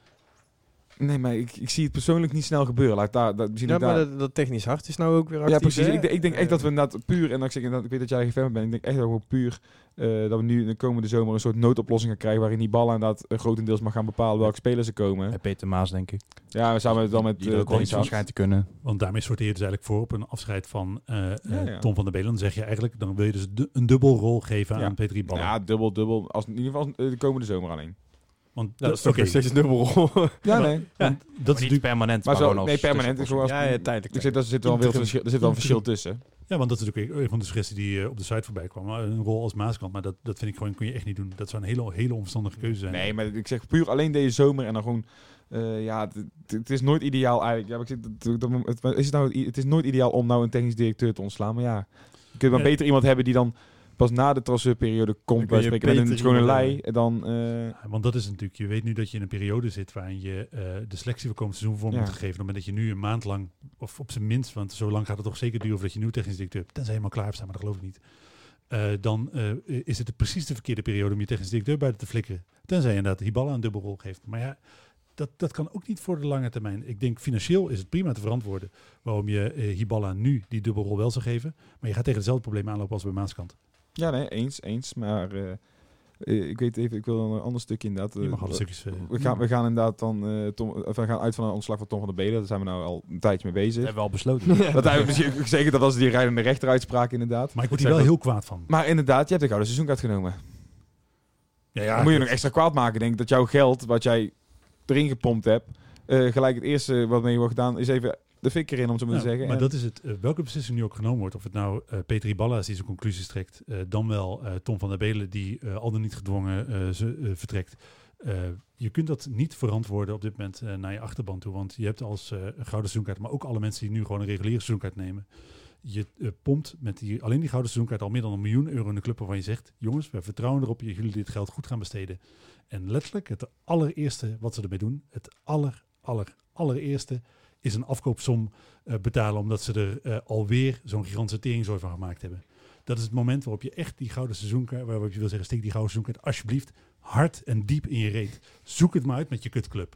Nee, maar ik, ik zie het persoonlijk niet snel gebeuren. Laat daar, dat, ja, maar daar... dat, dat technisch hart is nou ook weer actief. Ja, precies. Hè? Ik, ik denk echt dat we inderdaad puur... En ik, zeg, ik weet dat jij geen fan bent. Ik denk echt dat we puur... Uh, dat we nu in de komende zomer een soort noodoplossing gaan krijgen... waarin die ballen inderdaad uh, grotendeels mag gaan bepalen welke spelers er komen. En Peter Maas, denk ik. Ja, we samen dan met... Die uh, ook wel iets van schijnt te kunnen. Want daarmee sorteer je dus eigenlijk voor op een afscheid van uh, uh, ja, ja. Tom van der Belen. Dan zeg je eigenlijk... Dan wil je dus du- een dubbelrol geven ja. aan Petri Ballen. Ja, dubbel, dubbel. Als, in ieder geval de komende zomer alleen. Want ja, dat is toch okay. steeds een dubbelrol. Ja, nee. Ja. Dat is niet permanent. Maar, maar zo, nee, permanent is gewoon... Ja, ja, tijdelijk. Ik zeg, er zit wel een verschil, er zit wel een verschil tussen. Ja, want dat is natuurlijk een van de suggesties die uh, op de site voorbij kwam. Een rol als Maaskant, maar dat, dat vind ik gewoon, kun je echt niet doen. Dat zou een hele, hele onverstandige keuze zijn. Nee, maar ik zeg puur alleen deze zomer en dan gewoon... Uh, ja, het, het is nooit ideaal eigenlijk. Ja, ik zeg, dat, dat, het, is nou, het is nooit ideaal om nou een technisch directeur te ontslaan. Maar ja, je kunt maar ja. beter iemand hebben die dan... pas na de transferperiode komt bij spreken met een schone lei. Dan, uh... ja, want dat is natuurlijk, je weet nu dat je in een periode zit waarin je uh, de selectie voor komend seizoen vorm ja. moet geven. Op het moment dat je nu een maand lang, of op zijn minst, want zo lang gaat het toch zeker duren voordat je nieuw technisch directeur hebt, tenzij je helemaal klaar staat, maar dat geloof ik niet. Uh, dan uh, is het de precies de verkeerde periode om je technisch directeur buiten te flikkeren. Tenzij je inderdaad Hiballa een dubbelrol geeft. Maar ja, dat, dat kan ook niet voor de lange termijn. Ik denk financieel is het prima te verantwoorden waarom je uh, Hiballa nu die dubbelrol wel zou geven. Maar je gaat tegen dezelfde problemen aanlopen als bij Maaskant. Ja, nee, eens, eens. Maar uh, Uh, ik weet even, ik wil een ander stukje inderdaad. Uh, Je mag alle stukjes... Uh, we, gaan, we gaan inderdaad dan uh, Tom, uh, we gaan uit van een ontslag van Tom van der Belen. Daar zijn we nou al een tijdje mee bezig. Dat hebben we al besloten. Dat hebben we misschien zeker, dat was die rijdende rechteruitspraak inderdaad. Maar ik word hier wel heel kwaad van. Maar inderdaad, je hebt de gouden seizoenkaart genomen. Ja, ja, dan moet je nog extra kwaad maken. Denk dat jouw geld, wat jij erin gepompt hebt, uh, gelijk het eerste wat mee wordt gedaan, is even de fik erin, om zo maar ja, te zeggen. Maar en dat is het. Uh, welke beslissing nu ook genomen wordt, of het nou uh, Peter Iballa is die zijn conclusies trekt, uh, dan wel uh, Tom van der Belen die uh, al dan niet gedwongen uh, ze, uh, vertrekt. Uh, je kunt dat niet verantwoorden op dit moment uh, naar je achterban toe, want je hebt als uh, een gouden seizoenkaart, maar ook alle mensen die nu gewoon een reguliere seizoenkaart nemen. Je uh, pompt met die, alleen die gouden seizoenkaart al meer dan een miljoen euro in de club waarvan je zegt, jongens, we vertrouwen erop dat jullie dit geld goed gaan besteden. En letterlijk het allereerste wat ze ermee doen, het aller, aller, allereerste is een afkoopsom uh, betalen omdat ze er uh, alweer zo'n gigantische teringzooi van gemaakt hebben. Dat is het moment waarop je echt die gouden seizoenkaart, waarop je wil zeggen, steek die gouden seizoenkaart alsjeblieft hard en diep in je reet. Zoek het maar uit met je kutclub.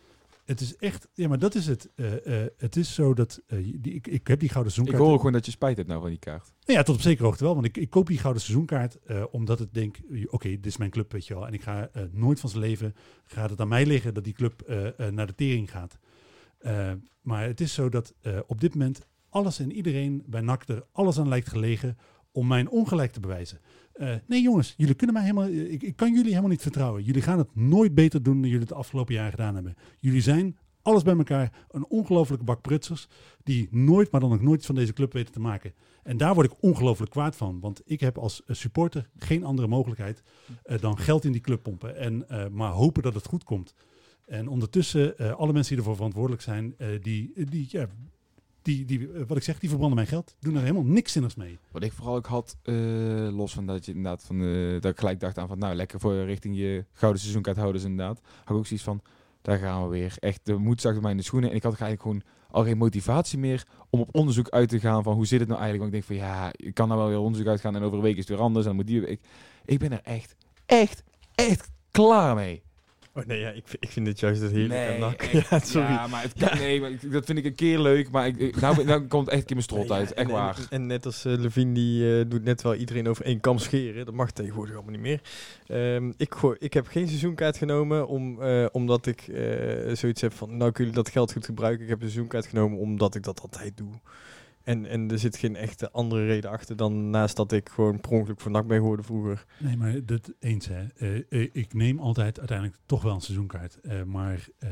Het is echt, ja, maar dat is het. Uh, uh, het is zo dat, uh, die, ik, ik heb die gouden seizoenkaart. Ik hoor gewoon dat je spijt hebt nou van die kaart. Ja, tot op zekere hoogte wel, want ik, ik koop die gouden seizoenkaart uh, omdat ik denk, oké, okay, dit is mijn club, weet je wel. En ik ga uh, nooit van zijn leven, gaat het aan mij liggen dat die club uh, uh, naar de tering gaat. Uh, maar het is zo dat uh, op dit moment alles en iedereen bij N A C er alles aan lijkt gelegen om mijn ongelijk te bewijzen. Uh, nee jongens, jullie kunnen mij helemaal, ik, ik kan jullie helemaal niet vertrouwen. Jullie gaan het nooit beter doen dan jullie het de afgelopen jaren gedaan hebben. Jullie zijn alles bij elkaar een ongelofelijke bak prutsers die nooit, maar dan ook nooit iets van deze club weten te maken. En daar word ik ongelooflijk kwaad van, want ik heb als uh, supporter geen andere mogelijkheid uh, dan geld in die club pompen en uh, maar hopen dat het goed komt. En ondertussen, uh, alle mensen die ervoor verantwoordelijk zijn, uh, die, die, ja, die, die, uh, wat ik zeg, die verbranden mijn geld. Doen er helemaal niks zinnigs mee. Wat ik vooral ook had, uh, los van dat je inderdaad van, uh, dat ik gelijk dacht aan van, nou lekker voor richting je gouden seizoenkaarthouders inderdaad. Had ik ook zoiets van, daar gaan we weer. Echt, de moed zag bij mij in de schoenen. En ik had eigenlijk gewoon al geen motivatie meer om op onderzoek uit te gaan van hoe zit het nou eigenlijk. Want ik denk van, ja, ik kan nou wel weer onderzoek uitgaan en over een week is het weer anders. En dan moet die, ik, ik ben er echt, echt, echt klaar mee. Oh nee, ja, ik, ik vind dit juist het heerlijk Nee, en nak. echt, Ja, sorry. Ja, maar het kan, nee, maar ik, dat vind ik een keer leuk. Maar ik, ik, nou, nou komt echt een keer mijn strot Ja, uit. Echt en, waar. En, en net als uh, Levine, die uh, doet net wel iedereen over één kam scheren. Dat mag tegenwoordig allemaal niet meer. Um, ik, gooi, ik heb geen seizoenkaart genomen om, uh, omdat ik uh, zoiets heb van, nou kunnen jullie dat geld goed gebruiken. Ik heb een seizoenkaart genomen omdat ik dat altijd doe. En, en er zit geen echte andere reden achter dan naast dat ik gewoon per ongeluk voor N A C ben geworden vroeger. Nee, maar dat eens hè. Uh, uh, ik neem altijd uiteindelijk toch wel een seizoenkaart. Uh, maar uh,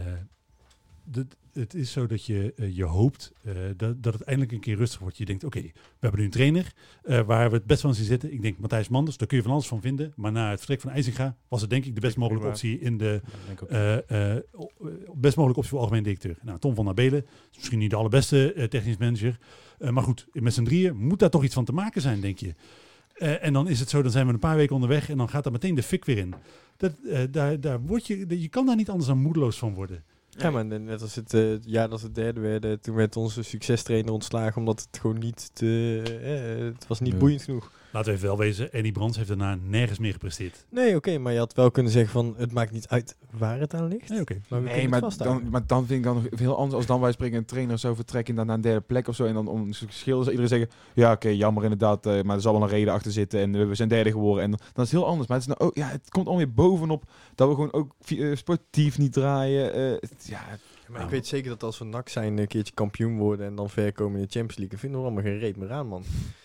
dat, het is zo dat je, uh, je hoopt uh, dat, dat het eindelijk een keer rustig wordt. Je denkt, oké, okay, we hebben nu een trainer uh, waar we het best van zien zitten. Ik denk Matthijs Manders, daar kun je van alles van vinden. Maar na het vertrek van IJzinga was het denk ik de best mogelijke optie in de uh, uh, best mogelijke optie voor algemeen directeur. Nou, Tom van der Belen is misschien niet de allerbeste uh, technisch manager. Uh, maar goed, met z'n drieën moet daar toch iets van te maken zijn, denk je. Uh, en dan is het zo, dan zijn we een paar weken onderweg en dan gaat daar meteen de fik weer in. Dat, uh, daar, daar word je, je kan daar niet anders dan moedeloos van worden. Ja, maar net als het uh, jaar dat we derde werden, toen werd onze succestrainer ontslagen omdat het gewoon niet te, uh, het was niet Nee. boeiend genoeg. Laten we even wel wezen, Eddie Brands heeft daarna nergens meer gepresteerd. Nee, oké, okay, maar je had wel kunnen zeggen van, het maakt niet uit waar het aan ligt. Nee, oké. Okay. Maar we Nee, kunnen maar het vasthouden. dan, maar dan vind ik dan nog heel anders als dan wij spreken een trainer zou vertrekken dan naar een derde plek of zo. En dan om schil zou iedereen zeggen, ja oké, okay, jammer inderdaad, uh, maar er zal wel een reden achter zitten en uh, we zijn derde geworden. En dan, dan is het heel anders. Maar het, is nou ook, ja, het komt alweer bovenop dat we gewoon ook uh, sportief niet draaien. Uh, het, ja, Ja, maar ik weet zeker dat als we N A C zijn een keertje kampioen worden en dan ver komen in de Champions League, vinden we allemaal geen reet meer aan, man.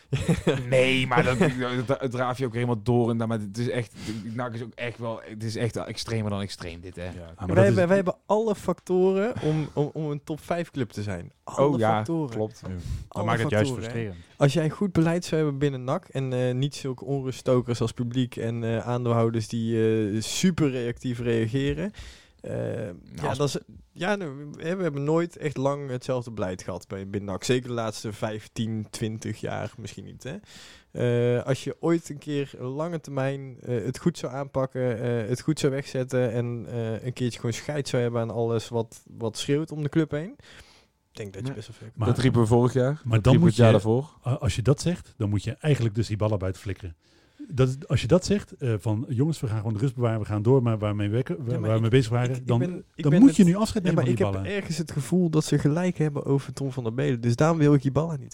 nee, maar dat, dat, dat draaf je ook helemaal door. En dan, maar het is echt, N A C is ook echt wel, het is echt extremer dan extreem dit, hè. Ja, Maar maar wij, dat is, hebben, wij hebben alle factoren om, om, om een top vijf club te zijn. Alle Oh ja, factoren. klopt. Ja. Dan Alle maakt het juist factoren, hè. frustrerend. Als jij een goed beleid zou hebben binnen N A C en uh, niet zulke onruststokers als publiek en uh, aandeelhouders die uh, super reactief reageren. Uh, ja, als- dat is, ja nou, we, we hebben nooit echt lang hetzelfde beleid gehad bij, binnen N A C. Zeker de laatste vijftien, twintig jaar misschien niet. Hè? Uh, als je ooit een keer een lange termijn uh, het goed zou aanpakken, uh, het goed zou wegzetten en uh, een keertje gewoon scheid zou hebben aan alles wat, wat schreeuwt om de club heen. Ik denk dat je Nee. best wel veel... Maar- dat riepen we vorig jaar. maar dat dan riepen we moet het jaar je, daarvoor. uh, als je dat zegt, dan moet je eigenlijk dus die ballen buiten flikkeren. Dat, is- als je dat zegt, uh, van jongens, we gaan gewoon de rust bewaren, we gaan door maar waarmee we, waar, maar waar we ik- mee bezig waren, ik dan, ben- ik dan ben moet het- je nu afscheid Ja, nemen maar van ik die heb ballen. ergens het gevoel dat ze gelijk hebben over Tom van der Belen. Dus daarom wil ik die ballen niet weg hebben.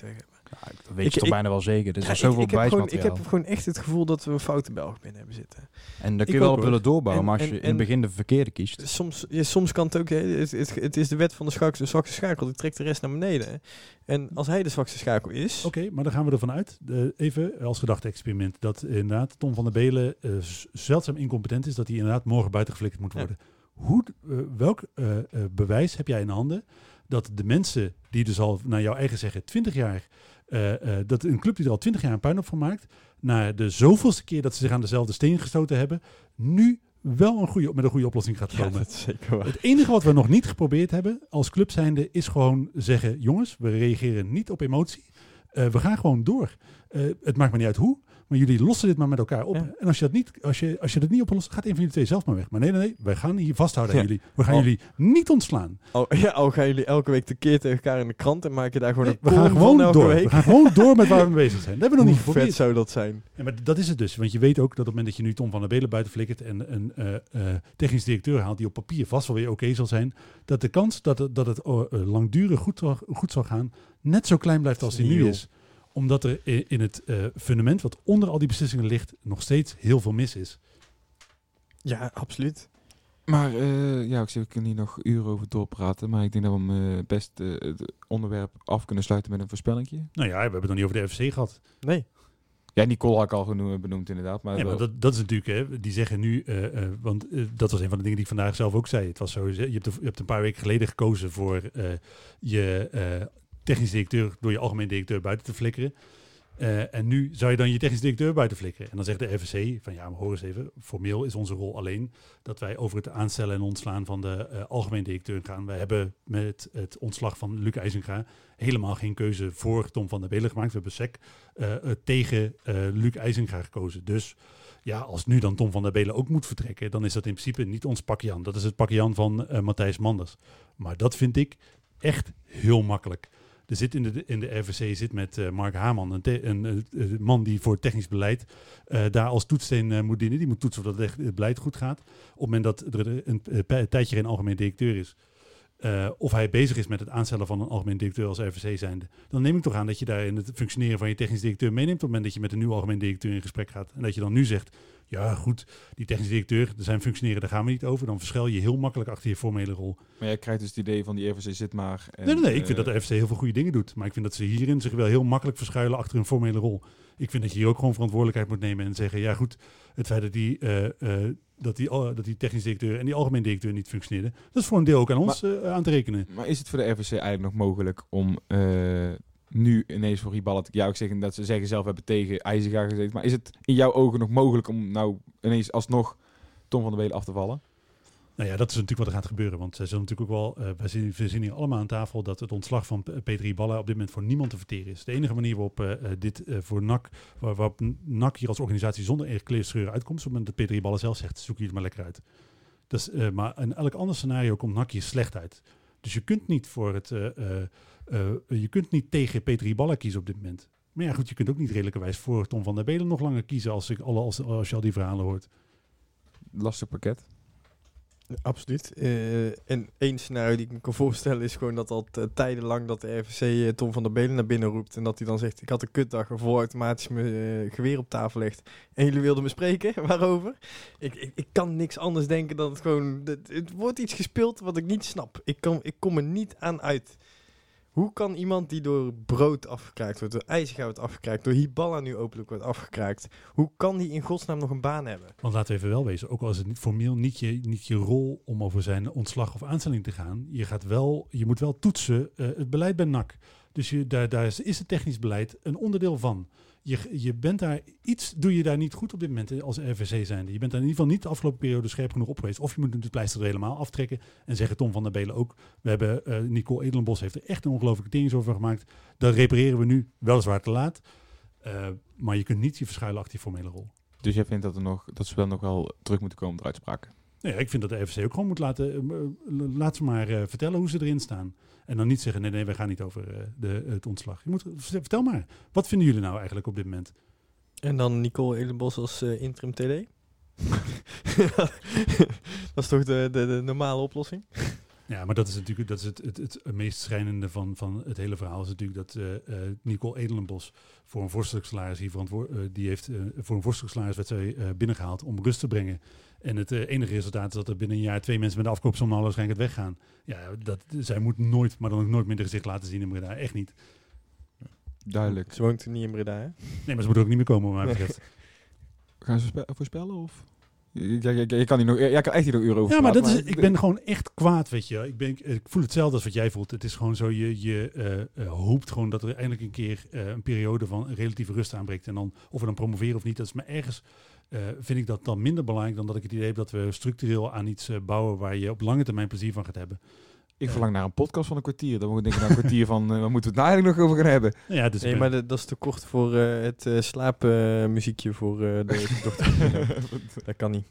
Ja, dat weet Ik- je toch ik- bijna wel zeker. Er is Ja, al ik, zoveel ik, heb gewoon, ik bewijsmateriaal. heb gewoon echt het gevoel dat we een foute Belg binnen hebben zitten. En daar kun ik je wel ook, op hoor. willen doorbouwen. En- maar als en- je in het en- begin de verkeerde kiest... Soms, ja, soms kan het ook, hè, het, het, het is de wet van de, zwak, de zwakste schakel, die trekt de rest naar beneden. En als hij de zwakste schakel is... Oké, maar dan gaan we ervan uit, eh, even als gedachte-experiment, dat inderdaad Tom van der Belen eh, z- zeldzaam incompetent is, dat hij inderdaad morgen buiten geflikkerd moet Ja. worden. Hoe, eh, welk eh, eh, bewijs heb jij in handen dat de mensen die dus al, naar jouw eigen zeggen, twintig jaar, eh, eh, dat een club die er al twintig jaar een puinhoop van maakt, na de zoveelste keer dat ze zich aan dezelfde steen gestoten hebben, nu wel een goede, met een goede oplossing gaat Ja, komen? dat is zeker waar. Het enige wat we nog niet geprobeerd hebben als club zijnde is gewoon zeggen, jongens, we reageren niet op emotie. Uh, we gaan gewoon door. Uh, het maakt me niet uit hoe, maar jullie lossen dit maar met elkaar op. Ja. En als je dat niet, als je, als je dat niet oplost, gaat een van jullie twee zelf maar weg. Maar nee, nee, nee, wij gaan hier vasthouden aan Ja. jullie. We gaan Oh. jullie niet ontslaan. Al, ja, al gaan jullie elke week tekeer tegen elkaar in de krant en maken daar gewoon Nee, een we gaan column gewoon van elke door. week. We gaan gewoon door met waar we mee bezig zijn. Dat hebben we nog Hoe niet vet geprobeerd. zou dat zijn? Ja, maar dat is het dus. Want je weet ook dat op het moment dat je nu Tom van der Belen buiten flikkert en een uh, uh, technisch directeur haalt die op papier vast wel weer oké okay zal zijn, dat de kans dat het, dat het uh, langdurig goed, goed zal gaan net zo klein blijft als die nu Nul. is. Omdat er in het uh, fundament wat onder al die beslissingen ligt nog steeds heel veel mis is. Ja, absoluut. Maar uh, ja, ik zie, we kunnen hier nog uren over doorpraten. Maar ik denk dat we hem uh, best uh, het onderwerp af kunnen sluiten met een voorspellingje. Nou ja, we hebben het nog niet over de F C gehad. Nee. Ja, Nicole had ik al genoemd, benoemd inderdaad. Maar, ja, maar dat, dat is natuurlijk, hè, die zeggen nu, uh, uh, want uh, dat was een van de dingen die ik vandaag zelf ook zei. Het was zo, je hebt, je hebt een paar weken geleden gekozen voor uh, je uh, technisch directeur door je algemeen directeur buiten te flikkeren. Uh, en nu zou je dan je technisch directeur buiten flikkeren. En dan zegt de F C van ja, maar hoor eens even, formeel is onze rol alleen dat wij over het aanstellen en ontslaan van de uh, algemeen directeur gaan. Wij hebben met het ontslag van Luc IJzenga helemaal geen keuze voor Tom van der Belen gemaakt. We hebben S E C uh, uh, tegen uh, Luc IJzenga gekozen. Dus ja, als nu dan Tom van der Belen ook moet vertrekken, dan is dat in principe niet ons pakje aan. Dat is het pakje aan van uh, Matthijs Manders. Maar dat vind ik echt heel makkelijk. Er zit in de, in de R V C zit met uh, Mark Haman, een, te, een, een, een man die voor technisch beleid uh, daar als toetssteen uh, moet dienen. Die moet toetsen of dat het beleid goed gaat. Op het moment dat er een, een, een tijdje geen algemeen directeur is, uh, of hij bezig is met het aanstellen van een algemeen directeur als R V C zijnde, dan neem ik toch aan dat je daar in het functioneren van je technisch directeur meeneemt op het moment dat je met een nieuwe algemeen directeur in gesprek gaat. En dat je dan nu zegt, ja goed, die technisch directeur, er zijn functioneren, daar gaan we niet over. Dan verschuil je heel makkelijk achter je formele rol. Maar jij krijgt dus het idee van die R V C zit maar... En, nee, nee, nee. Ik uh, vind dat de F C heel veel goede dingen doet. Maar ik vind dat ze hierin zich wel heel makkelijk verschuilen achter een formele rol. Ik vind dat je hier ook gewoon verantwoordelijkheid moet nemen en zeggen, ja goed, het feit dat die, uh, uh, dat die, uh, dat die technisch directeur en die algemeen directeur niet functioneerden, dat is voor een deel ook aan ons maar, uh, aan te rekenen. Maar is het voor de R V C eigenlijk nog mogelijk om... Uh, nu ineens voor Hiballa, ja, ik zeg dat ze zeggen zelf hebben tegen IJzenga gezeten, maar is het in jouw ogen nog mogelijk om nou ineens alsnog Tom van der Belen af te vallen? Nou ja, dat is natuurlijk wat er gaat gebeuren, want ze zullen natuurlijk ook wel, uh, wij zien, we zien hier allemaal aan tafel dat het ontslag van Peter Hiballa op dit moment voor niemand te verteren is. De enige manier waarop uh, dit uh, voor N A C, waar, waarop N A C hier als organisatie zonder enige kleerscheuren uitkomt, is op het moment dat Peter Hiballa zelf zegt, zoek je het maar lekker uit. Dus, uh, maar in elk ander scenario komt N A C hier slecht uit. Dus je kunt niet voor het... Uh, uh, Uh, je kunt niet tegen Peter Hiballa kiezen op dit moment. Maar ja, goed, je kunt ook niet redelijkerwijs voor Tom van der Belen nog langer kiezen als, ik, als, als je al die verhalen hoort. Lastig pakket. Absoluut. Uh, en één scenario die ik me kan voorstellen is gewoon dat al t- tijdenlang dat de R V C uh, Tom van der Belen naar binnen roept en dat hij dan zegt, ik had een kutdag en voor automatisch mijn uh, geweer op tafel legt en jullie wilden me spreken, waarover? Ik, ik, ik kan niks anders denken dan het gewoon, het, het wordt iets gespeeld wat ik niet snap. Ik, kan, ik kom er niet aan uit. Hoe kan iemand die door Brood afgekraakt wordt, door IJzenga wordt afgekraakt, door Hiballa nu openlijk wordt afgekraakt, hoe kan die in godsnaam nog een baan hebben? Want laten we even wel wezen, ook al is het niet formeel niet je, niet je rol om over zijn ontslag of aanstelling te gaan, je, gaat wel, je moet wel toetsen uh, het beleid bij N A C. Dus je, daar, daar is, is het technisch beleid een onderdeel van. Je, je bent daar, iets doe je daar niet goed op dit moment als R V C zijnde. Je bent daar in ieder geval niet de afgelopen periode scherp genoeg op geweest. Of je moet het pleister er helemaal aftrekken en zeggen Tom van der Belen ook. We hebben, uh, Nicole Edelenbos heeft er echt een ongelooflijke tering over gemaakt. Dat repareren we nu, weliswaar te laat. Uh, maar je kunt niet je verschuilen achter je formele rol. Dus jij vindt dat, er nog, dat ze wel nog wel terug moeten komen door uitspraken? Nou ja, ik vind dat de R V C ook gewoon moet laten, uh, laat ze maar uh, vertellen hoe ze erin staan. En dan niet zeggen, nee, nee, wij gaan niet over uh, de, het ontslag. Je moet, vertel maar, wat vinden jullie nou eigenlijk op dit moment? En dan Nicole Edelenbos als uh, interim T D? Dat is toch de, de, de normale oplossing? Ja, maar dat is natuurlijk dat is het, het, het meest schrijnende van, van het hele verhaal. Is natuurlijk dat uh, uh, Nicole Edelenbos voor een vorstelijk salaris hier verantwoord, uh, die heeft uh, voor een vorstelijk salaris werd zij uh, binnengehaald om rust te brengen. En het uh, enige resultaat is dat er binnen een jaar twee mensen met de afkoopsom al waarschijnlijk het weggaan. Ja, dat, zij moet nooit, maar dan ook nooit meer de gezicht laten zien in Breda. Echt niet. Duidelijk. Ze woont niet in Breda, hè? Nee, maar ze moet er ook niet meer komen, wat mij betreft. Gaan ze spe- voorspellen of? Je, je, je, je kan hier nog, jij kan echt hier nog uren over Ja, maar dat praten, is, ik ben gewoon echt kwaad, weet je. Ik, ben, ik voel hetzelfde als wat jij voelt. Het is gewoon zo, je, je uh, uh, hoopt gewoon dat er eindelijk een keer uh, een periode van relatieve rust aanbreekt. En dan, of we dan promoveren of niet, dat is maar ergens, uh, vind ik dat dan minder belangrijk dan dat ik het idee heb dat we structureel aan iets uh, bouwen waar je op lange termijn plezier van gaat hebben. Ik verlang naar een podcast van een kwartier. Dan moet ik denken naar een kwartier van, uh, waar moeten we het nou eigenlijk nog over gaan hebben? Nou ja, dus Nee, ben- maar de- dat is te kort voor uh, het uh, slaapmuziekje voor uh, de dokter. Dat kan niet.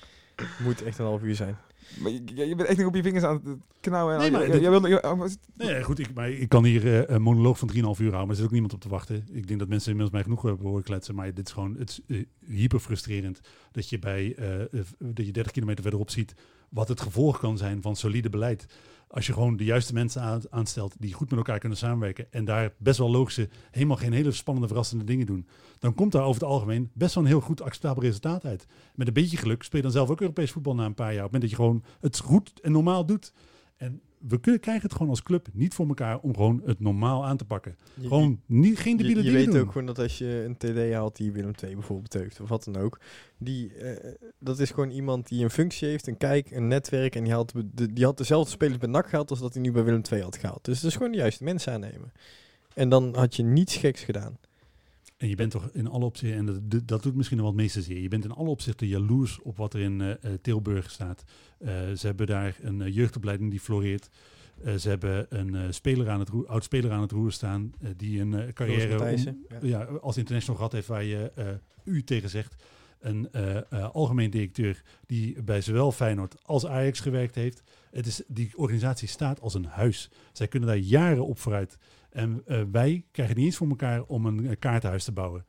Moet echt een half uur zijn. Maar je, je bent echt nog op je vingers aan het knauwen. Nee, En maar je, dit- jij wil, je, oh, maar is het- Nee, ja, goed, ik, maar ik kan hier uh, een monoloog van drieënhalf uur houden, maar er zit ook niemand op te wachten. Ik denk dat mensen inmiddels mij genoeg hebben horen kletsen, maar dit is gewoon het is, uh, hyper frustrerend dat je bij uh, uh, dat je dertig kilometer verderop ziet wat het gevolg kan zijn van solide beleid. Als je gewoon de juiste mensen aan, aanstelt die goed met elkaar kunnen samenwerken en daar best wel logische, helemaal geen hele spannende, verrassende dingen doen, dan komt daar over het algemeen best wel een heel goed acceptabel resultaat uit. Met een beetje geluk speel je dan zelf ook Europees voetbal na een paar jaar. Op het moment dat je gewoon het goed en normaal doet. En we kunnen, krijgen het gewoon als club niet voor elkaar om gewoon het normaal aan te pakken. Je, Gewoon niet, geen je, debiele je dingen weet doen. ook gewoon dat als je een T D haalt die Willem twee bijvoorbeeld heeft, of wat dan ook, die, uh, dat is gewoon iemand die een functie heeft, een kijk, een netwerk, en die had, de, die had dezelfde spelers bij N A C gehaald als dat hij nu bij Willem twee had gehaald. Dus het is gewoon de juiste mensen aannemen. En dan had je niets geks gedaan. En je bent toch in alle opzichten, en dat, dat doet misschien nog wel het meeste zeer, je bent in alle opzichten jaloers op wat er in uh, Tilburg staat. Uh, ze hebben daar een uh, jeugdopleiding die floreert. Uh, ze hebben een uh, speler aan het roer, oud speler aan het roer staan uh, die een uh, carrière Matthijssen, om, ja. Ja, als international gehad heeft waar je uh, u tegen zegt. Een uh, uh, algemeen directeur die bij zowel Feyenoord als Ajax gewerkt heeft. Het is, die organisatie staat als een huis. Zij kunnen daar jaren op vooruit. En uh, wij krijgen niet eens voor elkaar om een, een kaartenhuis te bouwen.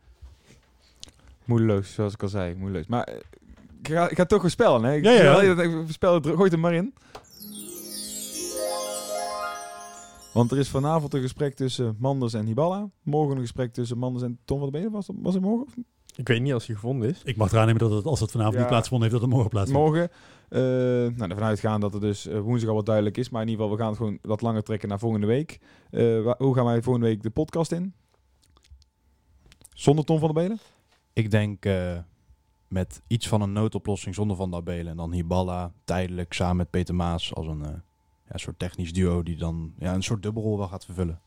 moedeloos, zoals ik al zei. Moedeloos. Maar uh, ik, ga, ik ga toch voorspellen. Hè? Ik Ja, ja. ga- ik voorspel, gooi het er maar in. Want er is vanavond een gesprek tussen Manders en Hiballa. Morgen een gesprek tussen Manders en Tom van der Benen. Was, dat, was het morgen? Of Ik weet niet als hij gevonden is. Ik mag eraan nemen dat het, als het vanavond Ja. niet plaatsvond, heeft dat het morgen plaatsvond. Morgen. Uh, nou, ervan uitgaan dat het dus uh, woensdag al wat duidelijk is. Maar in ieder geval, we gaan het gewoon wat langer trekken naar volgende week. Uh, wa- hoe gaan wij volgende week de podcast in? Zonder Tom van der Belen? Ik denk uh, met iets van een noodoplossing zonder Van der Belen. En dan Hiballa tijdelijk samen met Peter Maas als een uh, ja, soort technisch duo die dan ja, een soort dubbelrol wel gaat vervullen.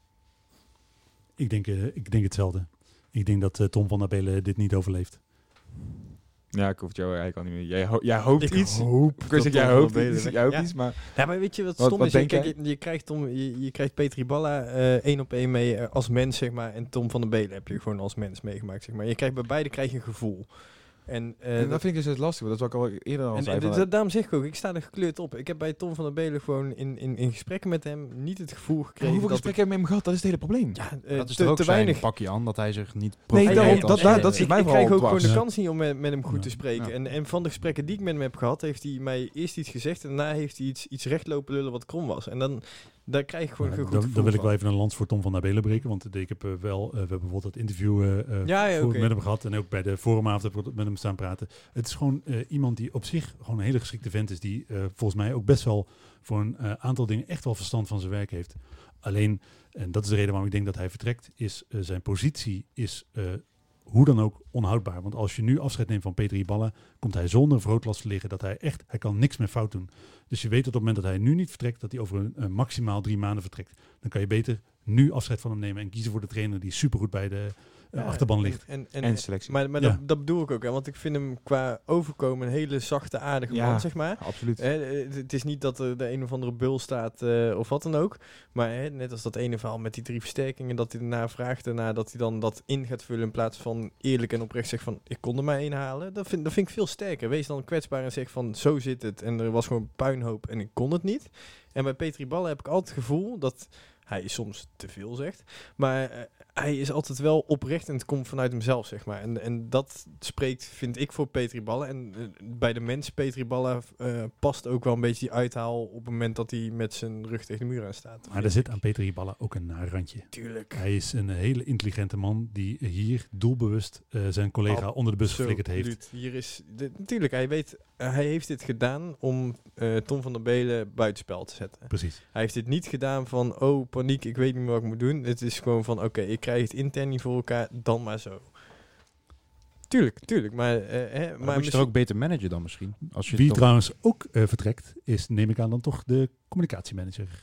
Ik denk, uh, ik denk hetzelfde. Ik denk dat uh, Tom van der Belen dit niet overleeft. Ja, ik hoef het jou eigenlijk al niet meer. Jij, ho- jij hoopt Ik iets. hoop Ik weet dat dat jij Tom van hoopt der Belen iets. weg- Jij hoopt Ja. iets, maar... Ja, maar weet je wat Wat- stom wat is? Je, denk kijk, jij? je, je krijgt Tom, je, je krijgt Petri Balla uh, één op één mee uh, als mens, zeg maar. En Tom van der Belen heb je gewoon als mens meegemaakt, zeg maar. Je krijgt bij beide krijg je een gevoel. En, uh, En dat vind ik dus het lastig, want dat is wat ik al eerder al en, zei. en van, da- daarom zeg ik ook, ik sta er gekleurd op. Ik heb bij Tom van der Belen gewoon in, in, in gesprekken met hem niet het gevoel Maar gekregen hoeveel dat gesprekken hebben we met hem gehad? Dat is het hele probleem. ik, ja, uh, dat is te, toch ook te zijn weinig. pakje aan dat hij zich niet Nee, profileert daarom, als- dat- dat- eh, dat zit ik, mij ik vooral krijg ook dwars. gewoon de Ja. kans niet om met, met hem goed Ja. te spreken. Ja. En, en van de gesprekken die ik met hem heb gehad, heeft hij mij eerst iets gezegd en daarna heeft hij iets, iets recht lopen lullen wat krom was. En dan daar krijg ik gewoon Ja, geen goed dan, gevoel dan wil ik van. wel even een lans voor Tom van der Belen breken. Want ik heb uh, wel, uh, we hebben bijvoorbeeld dat interview uh, uh, Ja, ja, voor- oké. met hem gehad. En ook bij de forumavond heb ik met hem staan praten. Het is gewoon uh, iemand die op zich gewoon een hele geschikte vent is. Die uh, volgens mij ook best wel voor een uh, aantal dingen echt wel verstand van zijn werk heeft. Alleen, en dat is de reden waarom ik denk dat hij vertrekt, is uh, zijn positie is uh, hoe dan ook onhoudbaar. Want als je nu afscheid neemt van Peter Hiballa, komt hij zonder vergrootglas te liggen dat hij echt, hij kan niks meer fout doen. Dus je weet dat op het moment dat hij nu niet vertrekt, dat hij over een, een maximaal drie maanden vertrekt. Dan kan je beter nu afscheid van hem nemen en kiezen voor de trainer die supergoed bij de uh, Ja, achterban ligt. En, en, En selectie. Maar, maar Ja. dat, dat bedoel ik ook, hè, want ik vind hem qua overkomen een hele zachte, aardige Ja. man, zeg maar. Absoluut. Hè, het, het is niet dat er de een of andere bul staat uh, of wat dan ook. Maar hè, net als dat ene verhaal met die drie versterkingen, dat hij daarna vraagt, daarna dat hij dan dat in gaat vullen in plaats van eerlijk en oprecht zegt van, ik kon er maar één halen. Dat vind, dat vind ik veel sterker. Wees dan kwetsbaar en zeg van, zo zit het. En er was gewoon puinhoop en ik kon het niet. En bij Petri Balla heb ik altijd het gevoel dat hij soms te veel zegt. Maar uh, hij is altijd wel oprecht en het komt vanuit hemzelf, zeg maar. En, en dat spreekt, vind ik, voor Petri Balla. En uh, bij de mensen Petri Balla uh, past ook wel een beetje die uithaal op het moment dat hij met zijn rug tegen de muur aan staat. Maar er zit aan Petri Balla ook een randje. Tuurlijk. Hij is een hele intelligente man die hier doelbewust uh, zijn collega Absoluut. onder de bus geflikkerd heeft. Hier is, de, natuurlijk, hij weet, uh, hij heeft dit gedaan om uh, Tom van der Belen buitenspel te zetten. Precies. Hij heeft dit niet gedaan van, oh paniek, ik weet niet meer wat ik moet doen. Het is gewoon van, oké, okay, ik krijg het intern niet voor elkaar, dan maar zo. Tuurlijk, tuurlijk, maar... Uh, hè, maar, maar moet je er ook beter managen dan misschien? Als je Wie toch... trouwens ook uh, vertrekt, is, neem ik aan, dan toch de communicatiemanager.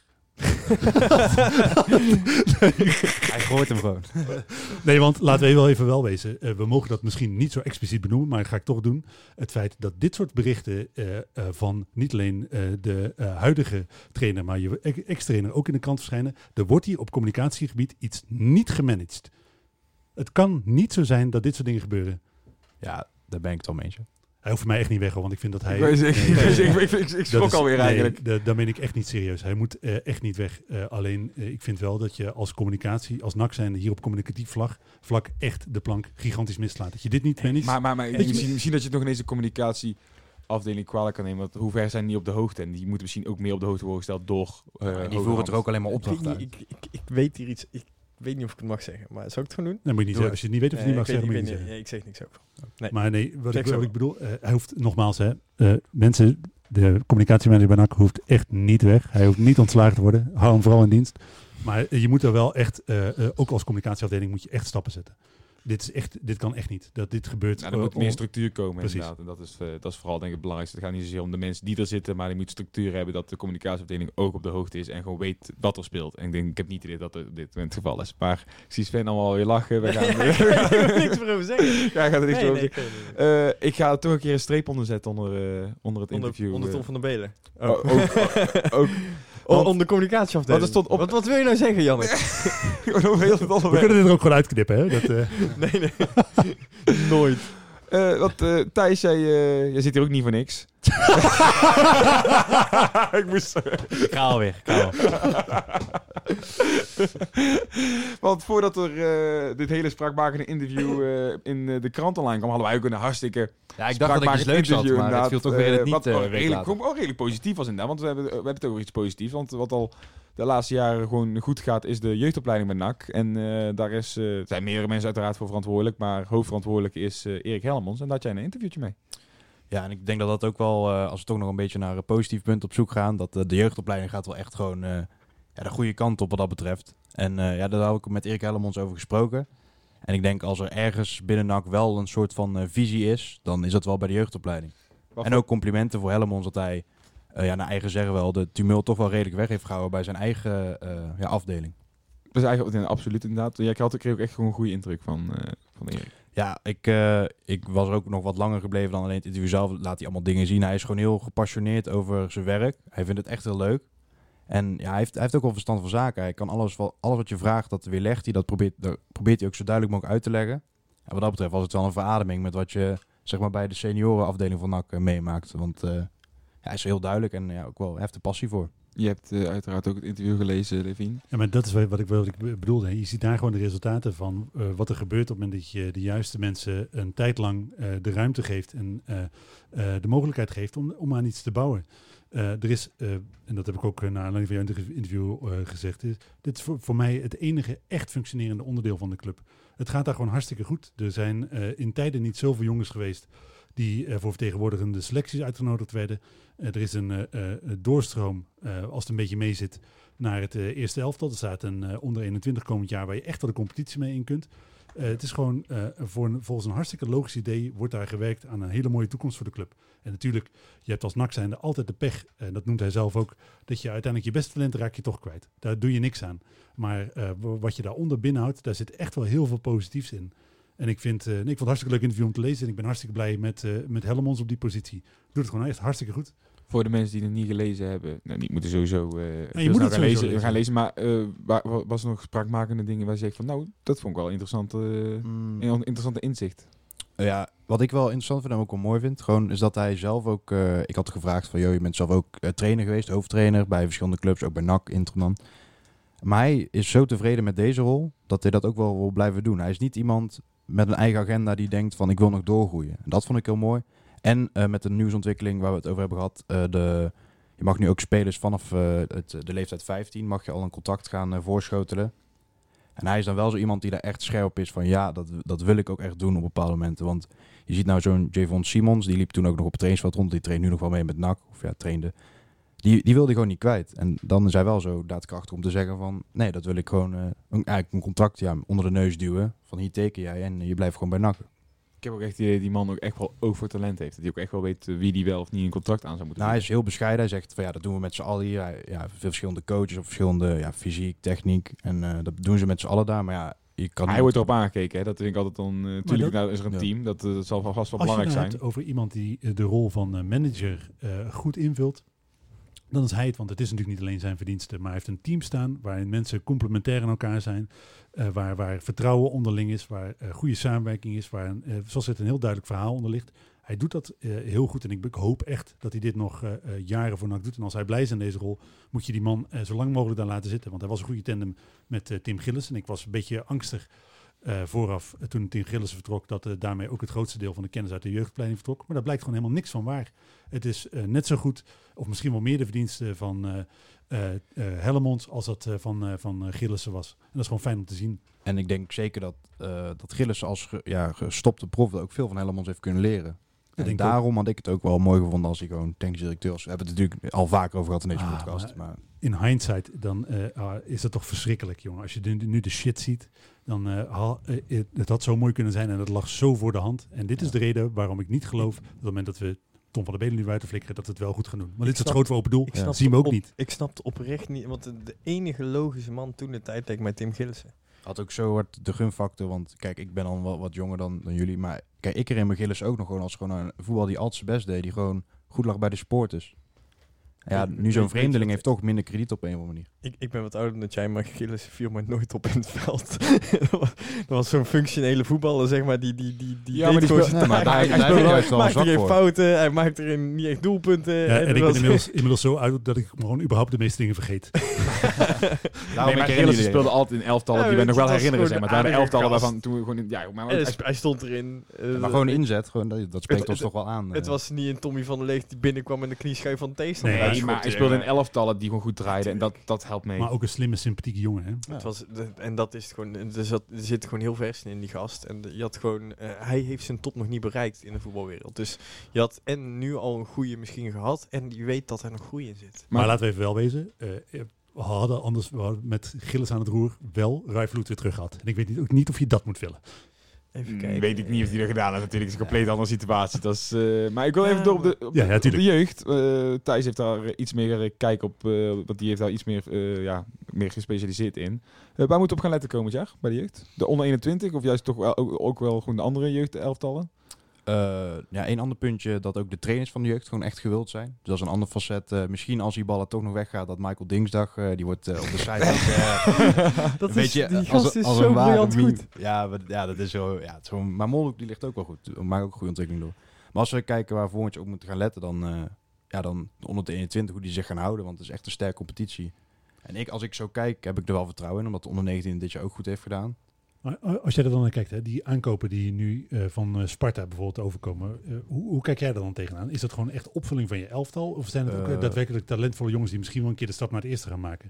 Hij gooit hem gewoon. Nee, want laten we wel even wel wezen. Uh, we mogen dat misschien niet zo expliciet benoemen, maar dat ga ik toch doen. Het feit dat dit soort berichten uh, uh, van niet alleen uh, de uh, huidige trainer, maar je ex-trainer ook in de krant verschijnen. Er wordt hier op communicatiegebied iets niet gemanaged. Het kan niet zo zijn dat dit soort dingen gebeuren. Ja, daar ben ik het al mee eens. Hij hoeft voor mij echt niet weg, hoor, want ik vind dat hij... Ik, weet, ik, nee, ik, nee, ik, ik, ik schrok alweer nee, eigenlijk. De, daar ben ik echt niet serieus. Hij moet uh, echt niet weg. Uh, alleen, uh, ik vind wel dat je als communicatie, als N A C zijnde hier op communicatief vlak, vlak echt de plank gigantisch mislaat. Dat je dit niet managt. Maar, maar, maar je- misschien, misschien dat je het nog ineens een communicatieafdeling kwalijk kan nemen. Want hoe ver zijn die op de hoogte? En die moeten misschien ook meer op de hoogte worden gesteld door... Uh, En die voeren er ook alleen maar ik, weet opdrachten niet, uit. ik, ik, ik weet hier iets... Ik, Ik weet niet of ik het mag zeggen, maar zou ik het gewoon doen? Nee, moet je niet Doe zeggen. Als je het niet weet of je het niet mag Nee, zeggen, ik moet je weet niet niet, zeggen. nee, ik zeg niks over. Nee. Maar nee, wat, Zeg ik, zo. wat ik bedoel, uh, hij hoeft nogmaals, hè, uh, mensen, de communicatiemanager bij N A C hoeft echt niet weg. Hij hoeft niet ontslagen te worden. Hou hem vooral in dienst. Maar uh, je moet er wel echt, uh, uh, ook als communicatieafdeling, moet je echt stappen zetten. Dit, is echt, dit kan echt niet. Dat dit gebeurt. Nou, er uh, moet om- meer structuur komen Precies. inderdaad. En dat is, uh, dat is vooral denk ik het belangrijkste. Het gaat niet zozeer om de mensen die er zitten, maar die moeten structuur hebben dat de communicatieafdeling ook op de hoogte is en gewoon weet wat er speelt. En ik denk, ik heb niet het idee dat er dit het geval is. Maar ik zie Sven allemaal weer lachen. We gaan Daar ga ik niks meer over zeggen. Ja, gaat er niks Nee, over nee, zeggen. ik weet het niet. Uh, ik ga er toch een keer een streep onder zetten onder, uh, onder het Onder, interview. onder uh. Tom van der Belen. Oh, ook, ook, ook. Oh, Want- om de communicatieafdeling. Wat er stond op- Wat, wat wil je nou zeggen, Jannik? Over heel het We onderwerp. kunnen dit er ook gewoon uitknippen, hè? Dat, uh, nee, nee. Nooit. Uh, wat, uh, Thijs, jij, uh, jij zit hier ook niet voor niks. ik moest... Ga alweer. Ga al. Want voordat er uh, dit hele spraakmakende interview uh, in uh, de krant online kwam, hadden wij ook een hartstikke Ja, ik dacht dat ik iets leuks had, maar het viel toch weer in het niet wat uh, uh, week redelijk, later. gewoon, oh, redelijk positief was inderdaad. Want we hebben, we hebben het over iets positiefs. Want wat al de laatste jaren gewoon goed gaat, is de jeugdopleiding bij N A C. En uh, daar is, uh, zijn meerdere mensen uiteraard voor verantwoordelijk. Maar hoofdverantwoordelijk is uh, Erik Helmons. En daar had jij een interviewtje mee. Ja, en ik denk dat dat ook wel, uh, als we toch nog een beetje naar een positief punt op zoek gaan, dat uh, de jeugdopleiding gaat wel echt gewoon uh, ja, de goede kant op wat dat betreft. En uh, ja, daar heb ik met Erik Helmons over gesproken. En ik denk als er ergens binnen N A C wel een soort van uh, visie is, dan is dat wel bij de jeugdopleiding. Wat en voor- ook complimenten voor Helmons dat hij, uh, ja, naar eigen zeggen wel, de tumult toch wel redelijk weg heeft gehouden bij zijn eigen uh, ja, afdeling. Dat is eigenlijk ja, absoluut inderdaad. Jij had, ik kreeg ook echt gewoon een goede indruk van, uh, van Erik. Ja, ik, uh, ik was er ook nog wat langer gebleven dan alleen het interview zelf. Laat hij allemaal dingen zien. Hij is gewoon heel gepassioneerd over zijn werk. Hij vindt het echt heel leuk. En ja, hij heeft, hij heeft ook wel verstand van zaken. Hij kan alles, wat- alles wat je vraagt, dat weerlegt hij. Dat probeert, dat probeert hij ook zo duidelijk mogelijk uit te leggen. En wat dat betreft was het wel een verademing met wat je zeg maar, bij de seniorenafdeling van N A C uh, meemaakt. Want uh, ja, hij is heel duidelijk en ja, ook wel, hij heeft er passie voor. Je hebt uh, uiteraard ook het interview gelezen, Levine. Ja, maar dat is wat ik, wat ik bedoelde. hè. Je ziet daar gewoon de resultaten van uh, wat er gebeurt op het moment dat je de juiste mensen een tijd lang uh, de ruimte geeft en uh, uh, de mogelijkheid geeft om, om aan iets te bouwen. Uh, er is, uh, en dat heb ik ook uh, naar aanleiding van jouw interview uh, gezegd, is, dit is voor, voor mij het enige echt functionerende onderdeel van de club. Het gaat daar gewoon hartstikke goed. Er zijn uh, in tijden niet zoveel jongens geweest die uh, voor vertegenwoordigende selecties uitgenodigd werden. Uh, er is een uh, uh, doorstroom, uh, als het een beetje mee zit, naar het uh, eerste elftal. Er staat een uh, onder eenentwintig komend jaar waar je echt wel de competitie mee in kunt. Uh, het is gewoon uh, voor een, volgens een hartstikke logisch idee wordt daar gewerkt aan een hele mooie toekomst voor de club. En natuurlijk, je hebt als N A C zijnde altijd de pech, en dat noemt hij zelf ook, dat je uiteindelijk je beste talent raak je toch kwijt. Daar doe je niks aan. Maar uh, wat je daaronder binnenhoudt, daar zit echt wel heel veel positiefs in. En ik vind, uh, nee, ik vond het hartstikke leuk interview om te lezen en ik ben hartstikke blij met, uh, met Helmons op die positie. Doet het gewoon echt hartstikke goed. Voor de mensen die het niet gelezen hebben, nou, die moeten sowieso uh, je heel moet snel het gaan, sowieso lezen, lezen. gaan lezen. Maar uh, waar, wa- was er nog spraakmakende dingen waar je zegt van, nou, dat vond ik wel interessant, uh, Mm. een interessante inzicht. Ja, wat ik wel interessant vind en ook wel mooi vind, gewoon is dat hij zelf ook, uh, ik had gevraagd van, joh, je bent zelf ook uh, trainer geweest, hoofdtrainer bij verschillende clubs, ook bij N A C, Intraman. Maar hij is zo tevreden met deze rol dat hij dat ook wel wil blijven doen. Hij is niet iemand met een eigen agenda die denkt van ik wil nog doorgroeien. En dat vond ik heel mooi. En uh, met de nieuwsontwikkeling waar we het over hebben gehad, uh, de, je mag nu ook spelers vanaf uh, het, de leeftijd vijftien mag je al een contract gaan uh, voorschotelen. En hij is dan wel zo iemand die daar echt scherp op is van ja, dat, dat wil ik ook echt doen op bepaalde momenten. Want je ziet nou zo'n Javon Simons, die liep toen ook nog op het trainingsveld rond. Die traint nu nog wel mee met N A C, of ja, trainde. Die, die wilde hij gewoon niet kwijt. En dan is hij wel zo daadkrachtig om te zeggen van nee, dat wil ik gewoon uh, een, eigenlijk een contract ja, onder de neus duwen. Van hier teken jij en je blijft gewoon bij N A C. Ik heb ook echt die, die man ook echt wel oog voor talent heeft. Dat hij ook echt wel weet uh, wie die wel of niet een contract aan zou moeten Nou, hij bieden. is heel bescheiden. Hij zegt van ja, dat doen we met z'n allen hier. Hij, ja, veel verschillende coaches of verschillende ja, fysiek, techniek. En uh, dat doen ze met z'n allen daar. Maar ja, je kan Hij niet... wordt erop aangekeken. Hè? Dat vind ik altijd dan... Uh, tuurlijk, dat- nou is er een ja. team. Dat, uh, dat zal vast wel Als je belangrijk het zijn. hebt over iemand die uh, de rol van uh, manager uh, goed invult, dan is hij het. Want het is natuurlijk niet alleen zijn verdienste, maar hij heeft een team staan waarin mensen complementair aan elkaar zijn, uh, waar, waar vertrouwen onderling is, waar uh, goede samenwerking is, waar een, uh, zoals het een heel duidelijk verhaal onder ligt. Hij doet dat uh, heel goed en ik, ik hoop echt dat hij dit nog uh, uh, jaren voor N A C doet. En als hij blij is in deze rol, moet je die man uh, zo lang mogelijk daar laten zitten. Want hij was een goede tandem met uh, Tim Gillis. En ik was een beetje angstig uh, vooraf uh, toen Tim Gillis vertrok, dat uh, daarmee ook het grootste deel van de kennis uit de jeugdopleiding vertrok. Maar daar blijkt gewoon helemaal niks van waar. Het is uh, net zo goed, of misschien wel meer de verdiensten van uh, uh, uh, Hellemons als dat uh, van, uh, van uh, Gillissen was. En dat is gewoon fijn om te zien. En ik denk zeker dat, uh, dat Gillis als ge, ja, gestopte prof ook veel van Hellemons heeft kunnen leren. En denk ik daarom had ik het ook wel mooi gevonden als hij gewoon technisch directeur was. We hebben het natuurlijk al vaker over gehad in deze Ah, podcast. Maar, maar In hindsight, dan uh, uh, is dat toch verschrikkelijk, jongen. Als je de, nu de shit ziet, dan uh, ha, uh, het, het had zo mooi kunnen zijn en het lag zo voor de hand. En dit is de reden waarom ik niet geloof, op het moment dat we Tom van der Belen nu buiten flikkeren, dat we het wel goed gaan doen. Maar dit is het snap- grote open doel. Ik Ja. snap Zien we ook op- niet. Ik snapte oprecht niet, want de, de enige logische man toen de tijd leek mij Tim Gillissen. had ook zo hard de gunfactor. Want kijk, ik ben al wel wat jonger dan, dan jullie. Maar kijk, ik herinner me Gillis ook nog gewoon als gewoon een voetbal die altijd zijn best deed. Die gewoon goed lag bij de supporters. Ja, Ik- nu weet- zo'n weet vreemdeling je heeft toch minder krediet op een of andere manier. Ik, ik ben wat ouder dan jij, maar Gillissen viel mij nooit op in het veld. dat was, dat was zo'n functionele voetballer, zeg maar, die, die, die, die Ja, maar deed die gewoon speelt- zijn nee, maar taak. daar- Hij daar speelde- ben ik juist wel maakte zwak geen voor. fouten, hij maakte er niet echt doelpunten. Ja, en en het ik ben was- inmiddels, inmiddels zo oud dat ik gewoon überhaupt de meeste dingen vergeet. Nee, maar Gillissen speelde altijd in elftallen Ja, die we weet nog je, wel het was herinneren zijn. Maar het waren gewoon een elftallen aardige waarvan toen we gewoon... in- Ja, maar hij, hij, sp- hij stond erin. eh, Maar gewoon inzet, gewoon, dat, dat spreekt Het- ons het- toch wel aan. Het eh. was niet een Tommy van der Leeg die binnenkwam en de knieschijf van de tegenstander Nee, nee, maar hij speelde in elftallen die gewoon goed draaiden. En dat, dat helpt mee. Maar ook een slimme, sympathieke jongen. Hè? Ja. Het was, de- en dat is het gewoon, er, zat, er zit gewoon heel vers in die gast. En de- je had gewoon, eh, hij heeft zijn top nog niet bereikt in de voetbalwereld. Dus je had en nu al een goede misschien gehad. En je weet dat er nog groei in zit. Maar, laten we even wel wezen. eh, we hadden anders we hadden met Gillis aan het roer wel Rijvloed weer terug gehad. En ik weet niet, ook niet of je dat moet willen. Even Mm, kijken. weet ik niet of hij dat gedaan heeft. Natuurlijk is het een compleet andere situatie. Dat is, eh, maar ik wil even Ja, door op de, op Ja, de, ja, op de tuurlijk. jeugd. Eh, Thijs heeft daar eh, iets meer eh, kijk op. eh, want die heeft daar iets meer, eh, ja, meer gespecialiseerd in. Eh, waar moeten we op gaan letten komend jaar bij de jeugd? De onder eenentwintig of juist toch wel, ook, ook wel gewoon de andere jeugdelftallen? Uh, ja, een ander puntje dat ook de trainers van de jeugd gewoon echt gewild zijn. Dus dat is een ander facet. Uh, misschien als die ballen toch nog weggaat, dat Michael Dingsdag, uh, die wordt uh, op de site. uh, Dat weet is, je, die als, gast is als zo een ware briljant meme. goed. Ja, we- ja, dat is zo. Ja, het is gewoon, maar Molhoek die ligt ook wel goed. Maakt ook een goede ontwikkeling door. Maar als we kijken waar volgend jaar op moeten gaan letten, dan, uh, ja, dan onder de eenentwintig, hoe die zich gaan houden. Want het is echt een sterke competitie. En ik, als ik zo kijk, heb ik er wel vertrouwen in, omdat de onder negentien dit jaar ook goed heeft gedaan. Maar als jij er dan naar kijkt, hè, die aankopen die nu uh, van uh, Sparta bijvoorbeeld overkomen, uh, hoe, hoe kijk jij daar dan tegenaan? Is dat gewoon echt opvulling van je elftal? Of zijn het ook uh, Uh, daadwerkelijk talentvolle jongens die misschien wel een keer de stap naar het eerste gaan maken?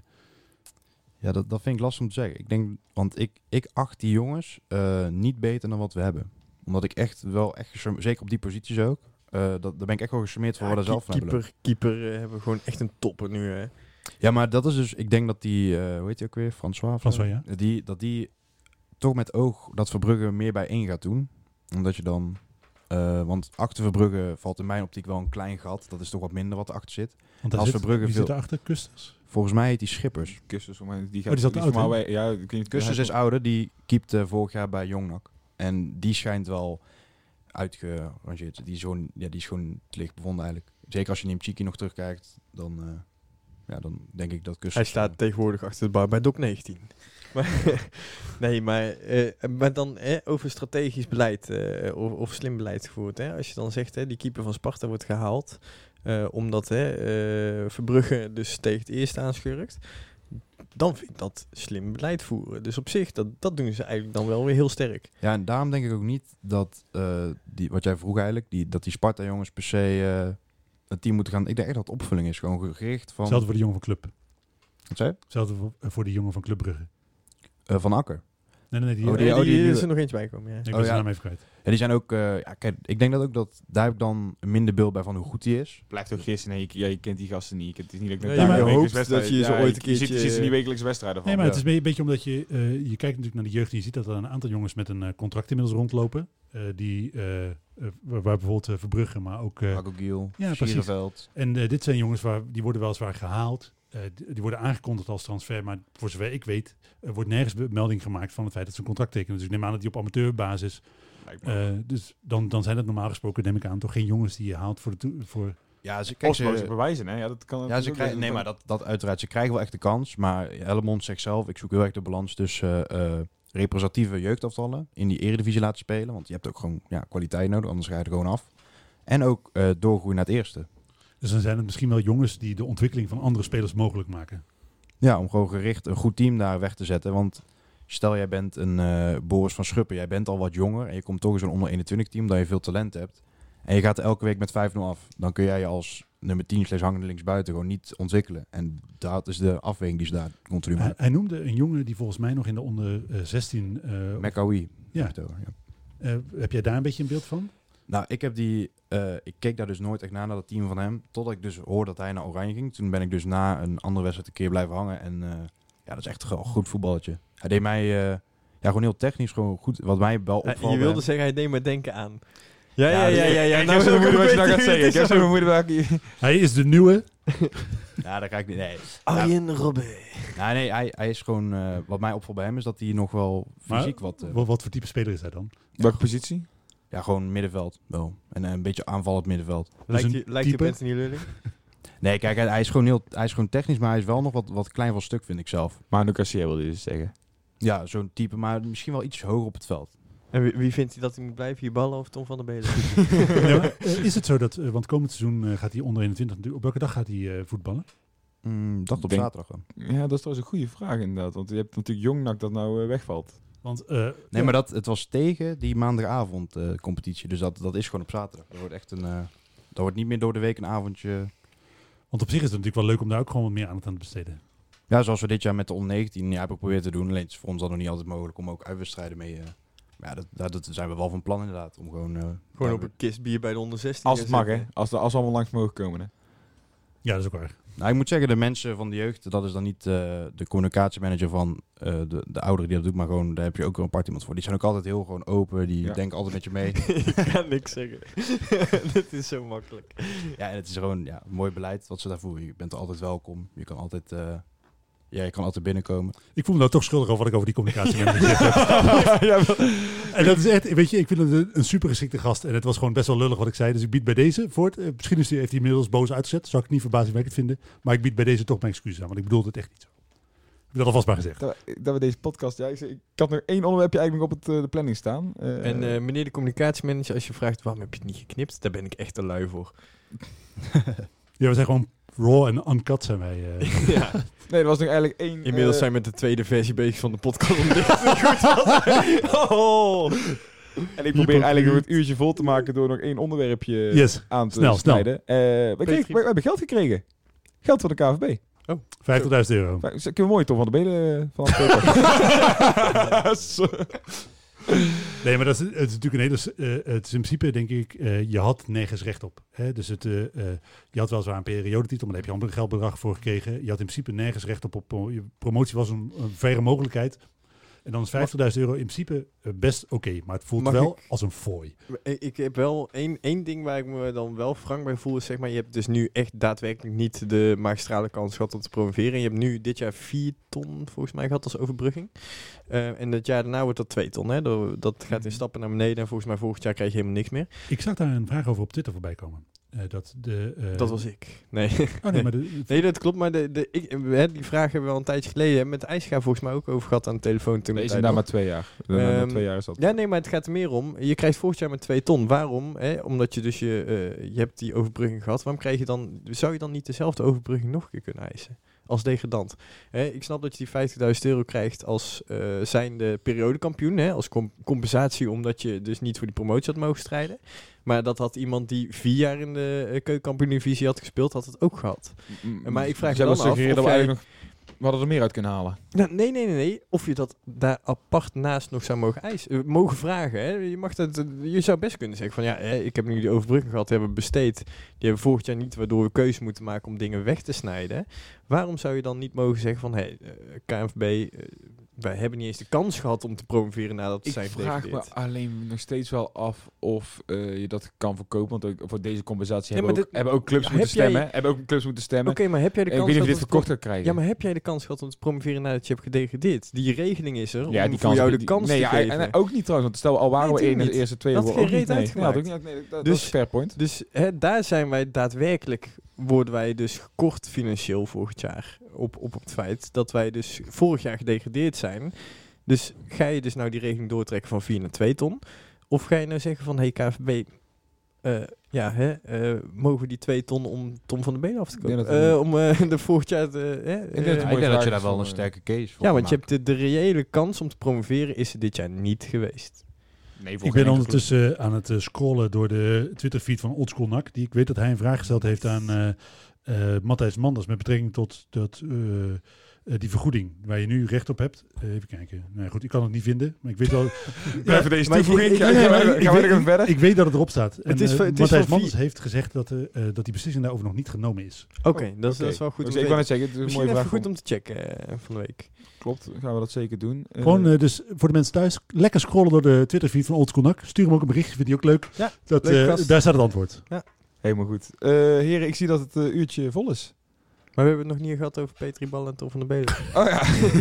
Ja, dat, dat vind ik lastig om te zeggen. Ik denk, want ik, ik acht die jongens uh, niet beter dan wat we hebben. Omdat ik echt wel, echt gecharme- zeker op die posities ook, uh, dat, daar ben ik echt wel gecharmeerd van Ja, wat er zelf van hebben. keeper, keeper uh, hebben we gewoon echt een topper nu. Hè. Ja, maar dat is dus, ik denk dat die, uh, hoe heet die ook weer, François? of zo? François, ja. Die, dat die toch met oog dat Verbrugge meer bij één gaat doen. Omdat je dan, uh, want achter Verbrugge valt in mijn optiek wel een klein gat. Dat is toch wat minder wat erachter zit. Want daar Als zit, Verbrugge wie veel- zit erachter? Kusters? Volgens mij heet die Schippers. Kussens, voor mij, die die gaat zat die oud, voor hè? mij- Ja, ik weet niet. Kussens is ouder, die keept uh, vorig jaar bij Jongnak. En die schijnt wel uitgerangeerd. Die is gewoon, ja, die is gewoon te licht bevonden eigenlijk. Zeker als je Nimchiki nog terugkijkt, dan, uh, ja, dan denk ik dat Hij Kussens... staat tegenwoordig achter de bar bij Doc negentien. Maar, nee, maar, uh, maar dan eh, over strategisch beleid uh, of, of slim beleid gevoerd. Hè? Als je dan zegt, hè, die keeper van Sparta wordt gehaald, uh, omdat hè, uh, Verbrugge dus tegen het eerste aanschurkt. dan vind ik dat slim beleid voeren. Dus op zich, dat, dat doen ze eigenlijk dan wel weer heel sterk. Ja, en daarom denk ik ook niet dat, uh, die, wat jij vroeg eigenlijk, die, dat die Sparta-jongens per se uh, het team moeten gaan. Ik denk echt dat het opvulling is, gewoon gericht van... Hetzelfde voor de jongen van Club. Wat zei je? Hetzelfde voor, uh, voor de jongen van Club Brugge. Uh, van Akker. Nee, nee, nee. Die, Oh, oh, die- die, oh, die, die- is er nog eentje bij gekomen, ja. ik oh, ben zijn ja. naam even kwijt. Ja, die zijn ook... Uh, ja, kijk, ik denk dat ook dat... Daar heb ik dan een minder beeld bij van hoe goed die is. Blijft ook gisteren. Nee, je, ja, je kent die gasten niet. Het is niet dat ik net Ja, maar daar je wekelijks hoopt wedstrijden- dat je ze ja, ooit een je ziet- keertje- Je ziet ze niet wekelijks wedstrijden van. Nee, maar Ja. het is een beetje omdat je... Uh, je kijkt natuurlijk naar de jeugd en je ziet dat er een aantal jongens met een uh, contract inmiddels rondlopen. Uh, die, uh, uh, waar bijvoorbeeld uh, Verbrugge, maar ook... Uh, Marco Giel, ja, precies. Schierenveld. en uh, dit zijn jongens waar, die worden weliswaar gehaald. Uh, die, die worden aangekondigd als transfer, maar voor zover ik weet... Uh, wordt nergens be- melding gemaakt van het feit dat ze een contract tekenen. Dus ik neem aan dat die op amateurbasis... Lijkt me. Uh, dus dan, dan zijn het normaal gesproken, neem ik aan, toch geen jongens die je haalt voor de... To- voor Ja, ze, kijk, Osmo's ze, bewijzen, hè? Ja, dat kan. ja, dat ze ook krijgen, wel- nee, maar dat, dat uiteraard. Ze krijgen wel echt de kans. Maar Helmond zegt zelf, ik zoek heel erg de balans tussen uh, representatieve jeugdaftallen in die eredivisie laten spelen. Want je hebt ook gewoon ja, kwaliteit nodig, anders ga je er gewoon af. En ook uh, doorgroeien naar het eerste. dus dan zijn het misschien wel jongens die de ontwikkeling van andere spelers mogelijk maken. Ja, om gewoon gericht een goed team daar weg te zetten. Want stel jij bent een uh, Boris van Schuppen, jij bent al wat jonger en je komt toch in zo'n onder eenentwintig team omdat je veel talent hebt. En je gaat er elke week met vijf nul af. Dan kun jij je als nummer tien slash hangende linksbuiten gewoon niet ontwikkelen. En dat is de afweging die ze daar continu Hij, maken. hij noemde een jongen die volgens mij nog in de onder uh, zestien... Uh, Mekawi. ja. ja. Uh, heb jij daar een beetje een beeld van? Nou, ik heb die... Uh, ik keek daar dus nooit echt naar, naar dat team van hem. Totdat ik dus hoorde dat hij naar Oranje ging. Toen ben ik dus na een andere wedstrijd een keer blijven hangen. En uh, ja, dat is echt een goed voetballetje. Hij deed mij... Uh, ja, gewoon heel technisch, gewoon goed. Wat mij wel Ja, opvalt... je wilde bij zeggen, hij deed me denken aan. Ja, ja, Ja, ja, dus- ja. ja, Ik nou heb zo'n wil moeite wat je weten nou gaat wie zeggen. het Ik heb is. zo'n moeite wat je... Hij is de nieuwe. hem- Ja, daar ga ik niet... Nee. Arjen Robben. Nou, nee, hij, hij is gewoon... Uh, wat mij opvalt bij hem is dat hij nog wel fysiek Maar, wat... Uh, wat, wat voor type speler is hij dan? Welke positie? ja, gewoon middenveld wel. En uh, een beetje aanvallend middenveld. Lijkt een je lijkt je op type? Anthony Lulling? Nee, kijk, hij, hij, is gewoon heel, hij is gewoon technisch, maar hij is wel nog wat, wat klein van stuk, vind ik zelf. Manu Garcia wilde je dus zeggen. Ja, zo'n type, maar misschien wel iets hoger op het veld. En wie, wie vindt hij dat hij moet blijven? Hier ballen of Tom van der Belen? Ja, maar, uh, is het zo dat... Uh, want komend seizoen uh, gaat hij onder eenentwintig... natuurlijk- Op welke dag gaat hij uh, voetballen? Mm, dacht op Denk- zaterdag dan. Ja, dat is trouwens een goede vraag inderdaad. Want je hebt natuurlijk Jongnak dat nou uh, wegvalt. Want, uh, Nee, ja, maar dat, het was tegen die maandagavond uh, competitie. Dus dat, dat is gewoon op zaterdag. Dat wordt echt een... Uh, dat wordt niet meer door de week een avondje... Want op zich is het natuurlijk wel leuk om daar ook gewoon wat meer aandacht aan te besteden. Ja, zoals we dit jaar met de onder negentien ja, heb ik geprobeerd te doen. Alleen het is voor ons dan nog niet altijd mogelijk om ook uitwedstrijden mee... Uh, maar ja, dat, dat, dat zijn we wel van plan inderdaad. Om gewoon... Uh, Gewoon op een kist bier bij de onder zestien. Als het mag, hè. Als, de, als we allemaal langs mogen komen, hè. Ja, dat is ook waar. Nou, ik moet zeggen, de mensen van de jeugd, dat is dan niet uh, de communicatiemanager van uh, de, de ouderen die dat doet, maar gewoon, daar heb je ook wel een apart iemand voor. Die zijn ook altijd heel gewoon open, die Ja. denken altijd met je mee. Ik kan niks zeggen. Dit is zo makkelijk. Ja, en het is gewoon ja, een mooi beleid wat ze daar voeren. Je bent er altijd welkom. Je kan altijd, uh, ja, je kan altijd binnenkomen. Ik voel me nou toch schuldig over wat ik over die communicatie heb gezegd. Ja, wel. En dat is echt, weet je, ik vind het een, een super geschikte gast. En het was gewoon best wel lullig wat ik zei. Dus ik bied bij deze voort. Uh, misschien is die, heeft hij inmiddels boos uitgezet. Zou ik niet verbazingwekkend vinden. Maar ik bied bij deze toch mijn excuses aan. Want ik bedoelde het echt niet zo. Heb ik dat alvast maar gezegd. Dat, dat we deze podcast... Ja, ik, zeg, ik had nog één onderwerpje eigenlijk nog op het, uh, de planning staan. Uh, En uh, meneer de communicatiemanager, als je vraagt waarom heb je het niet geknipt, daar ben ik echt te lui voor. Ja, we zijn gewoon raw en uncut zijn wij. Uh. Ja. Nee, er was nog eigenlijk één... Inmiddels uh, zijn we met de tweede versie bezig van de podcast. Om dit goed was. Oh. En ik probeer eigenlijk nog het uurtje vol te maken door nog één onderwerpje Yes, aan te snel, snijden. Uh, we, kregen, we, we hebben geld gekregen. Geld van de K V B. vijftigduizend euro. Nou, kunnen we mooi Tom van de Belen van Nee, maar dat is, het is natuurlijk een hele... Uh, het is in principe, denk ik, uh, je had nergens recht op. Hè? Dus het, uh, uh, je had wel zo'n periodetitel, maar daar heb je amper een geldbedrag voor gekregen. Je had in principe nergens recht op. op je promotie was een, een verre mogelijkheid. En dan is vijftigduizend euro in principe uh, best oké. Okay, maar het voelt Mag wel ik- als een fooi. Ik, ik heb wel één, één ding waar ik me dan wel frank bij voel. Is zeg maar, je hebt dus nu echt daadwerkelijk niet de magistrale kans gehad om te promoveren. Je hebt nu dit jaar vier ton volgens mij gehad als overbrugging. Uh, en het jaar daarna wordt dat twee ton. Hè? Dat, dat gaat in stappen naar beneden. En volgens mij volgend jaar krijg je helemaal niks meer. Ik zag daar een vraag over op Twitter voorbij komen. Uh, dat de, uh, Dat was ik. Nee. Oh nee, maar de, Nee, dat klopt. Maar de, de, ik, hè, die vraag hebben we al een tijdje geleden hè, met IJsga volgens mij ook over gehad aan de telefoon. Toen Nee, de is tijd inderdaad nog. maar twee jaar. Um, Ehm, twee jaar is dat. Ja, nee, maar het gaat er meer om. Je krijgt volgend jaar met twee ton. Waarom? Hè? Omdat je dus je, uh, je hebt die overbrugging gehad. Waarom krijg je dan, zou je dan niet dezelfde overbrugging nog een keer kunnen eisen? als degradant. Hè, ik snap dat je die vijftigduizend euro krijgt als uh, zijnde periodekampioen. Hè, als com- compensatie omdat je dus niet voor die promotie had mogen strijden. Maar dat had iemand die vier jaar in de uh, keukenkampioen-divisie had gespeeld, had het ook gehad. M- Maar ik vraag Zij me dan af suggereren dat of we jij... eigenlijk nog... We hadden er meer uit kunnen halen. Nou, nee, nee, nee, nee. Of je dat daar apart naast nog zou mogen eisen, uh, mogen vragen. Hè. Je, mag dat, uh, je zou best kunnen zeggen van ja, hè, ik heb nu die overbrugging gehad, die hebben we besteed. Die hebben volgend jaar niet, waardoor we keuze moeten maken om dingen weg te snijden. Waarom zou je dan niet mogen zeggen van hé, hey, uh, K N V B, uh, wij hebben niet eens de kans gehad om te promoveren nadat we Ik zijn vraag me gedegradeerd. alleen nog steeds wel af of uh, je dat kan verkopen. Want ook voor deze compensatie Ja, hebben, maar ook, dit- hebben ook clubs heb moeten jij- stemmen. Hebben ook clubs moeten stemmen. Oké, maar heb jij de ik kans weet niet of je dit gehad om te verkocht gaat krijgen. Ja, maar heb jij de kans gehad om te promoveren nadat je hebt gedegradeerd? Die regeling is er om Ja, die voor kans jou heb de je- kans nee, te ja, geven. en ook niet trouwens. Want stel, al waren Nee, we één in de natuurlijk eerste twee. Dat had ook geen niet, reet nee. uitgemaakt. Ja, dat, ook niet, nee, dat, Dus- dat is een fair point. Dus hè, daar zijn wij daadwerkelijk, worden wij dus gekort financieel volgend jaar. Op, op het feit dat wij dus vorig jaar gedegradeerd zijn. Dus ga je dus nou die regeling doortrekken van vier naar twee ton? Of ga je nou zeggen van, hey K N V B, uh, ja, hè, uh, mogen we die twee ton om Tom van der Been af te Ik denk kopen? dat het Uh, om uh, de volgend jaar te... hè, denk uh, dat het ik een mooie denk dat vraag je daar is wel van, een eh, sterke case voor ja, kan want je maken. hebt de, de reële kans om te promoveren is er dit jaar niet geweest. Nee, Ik volgens ben mij ondertussen uh, aan het uh, scrollen door de Twitter-feed van Oldschool N A C. Die ik weet dat hij een vraag gesteld heeft aan uh, uh, Matthijs Manders met betrekking tot dat, uh, uh, die vergoeding waar je nu recht op hebt. Uh, even kijken. Nou goed, ik kan het niet vinden, maar ik weet wel... Ja, even deze maar ik- toevoeging. ik- Gaan Nee, we- maar gaan ik we- gaan we weet- er verder? Ik weet dat het erop staat. En Het is uh, van- het is Matthijs van Manders vier- heeft gezegd dat, uh, uh, dat die beslissing daarover nog niet genomen is. Oké, okay, Oh, dat, is- oké. dat is wel goed Dus om ik te wou weten. net zeggen, het is een Misschien mooie even vraag. goed om te checken uh, van de week. Klopt, gaan we dat zeker doen. Uh, Gewoon uh, dus voor de mensen thuis, lekker scrollen door de Twitter-feed van Oldschool N A C. Stuur hem ook een berichtje, vind je ook leuk. Ja, dat, leuke uh, gast. daar staat het antwoord. Helemaal goed. Uh, heren, ik zie dat het uh, uurtje vol is. Maar we hebben het nog niet gehad over Petri Bal en Tom van der Belen. Oh ja.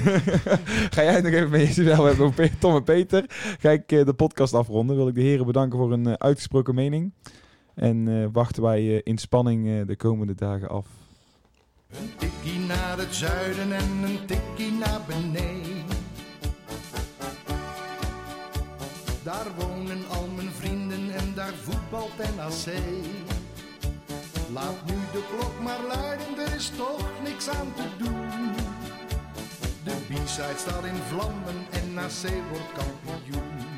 Ga jij het nog even met je wel hebben over Pe- Tom en Peter? Ga ik uh, de podcast afronden. Wil ik de heren bedanken voor een uh, uitgesproken mening. En uh, wachten wij uh, in spanning uh, de komende dagen af. Een tikkie naar het zuiden en een tikkie naar beneden. Daar wonen al mijn vrienden en daar voetbalt N A C. Laat nu de klok maar luiden, er is toch niks aan te doen. De B-side staat in vlammen en N A C wordt kampioen.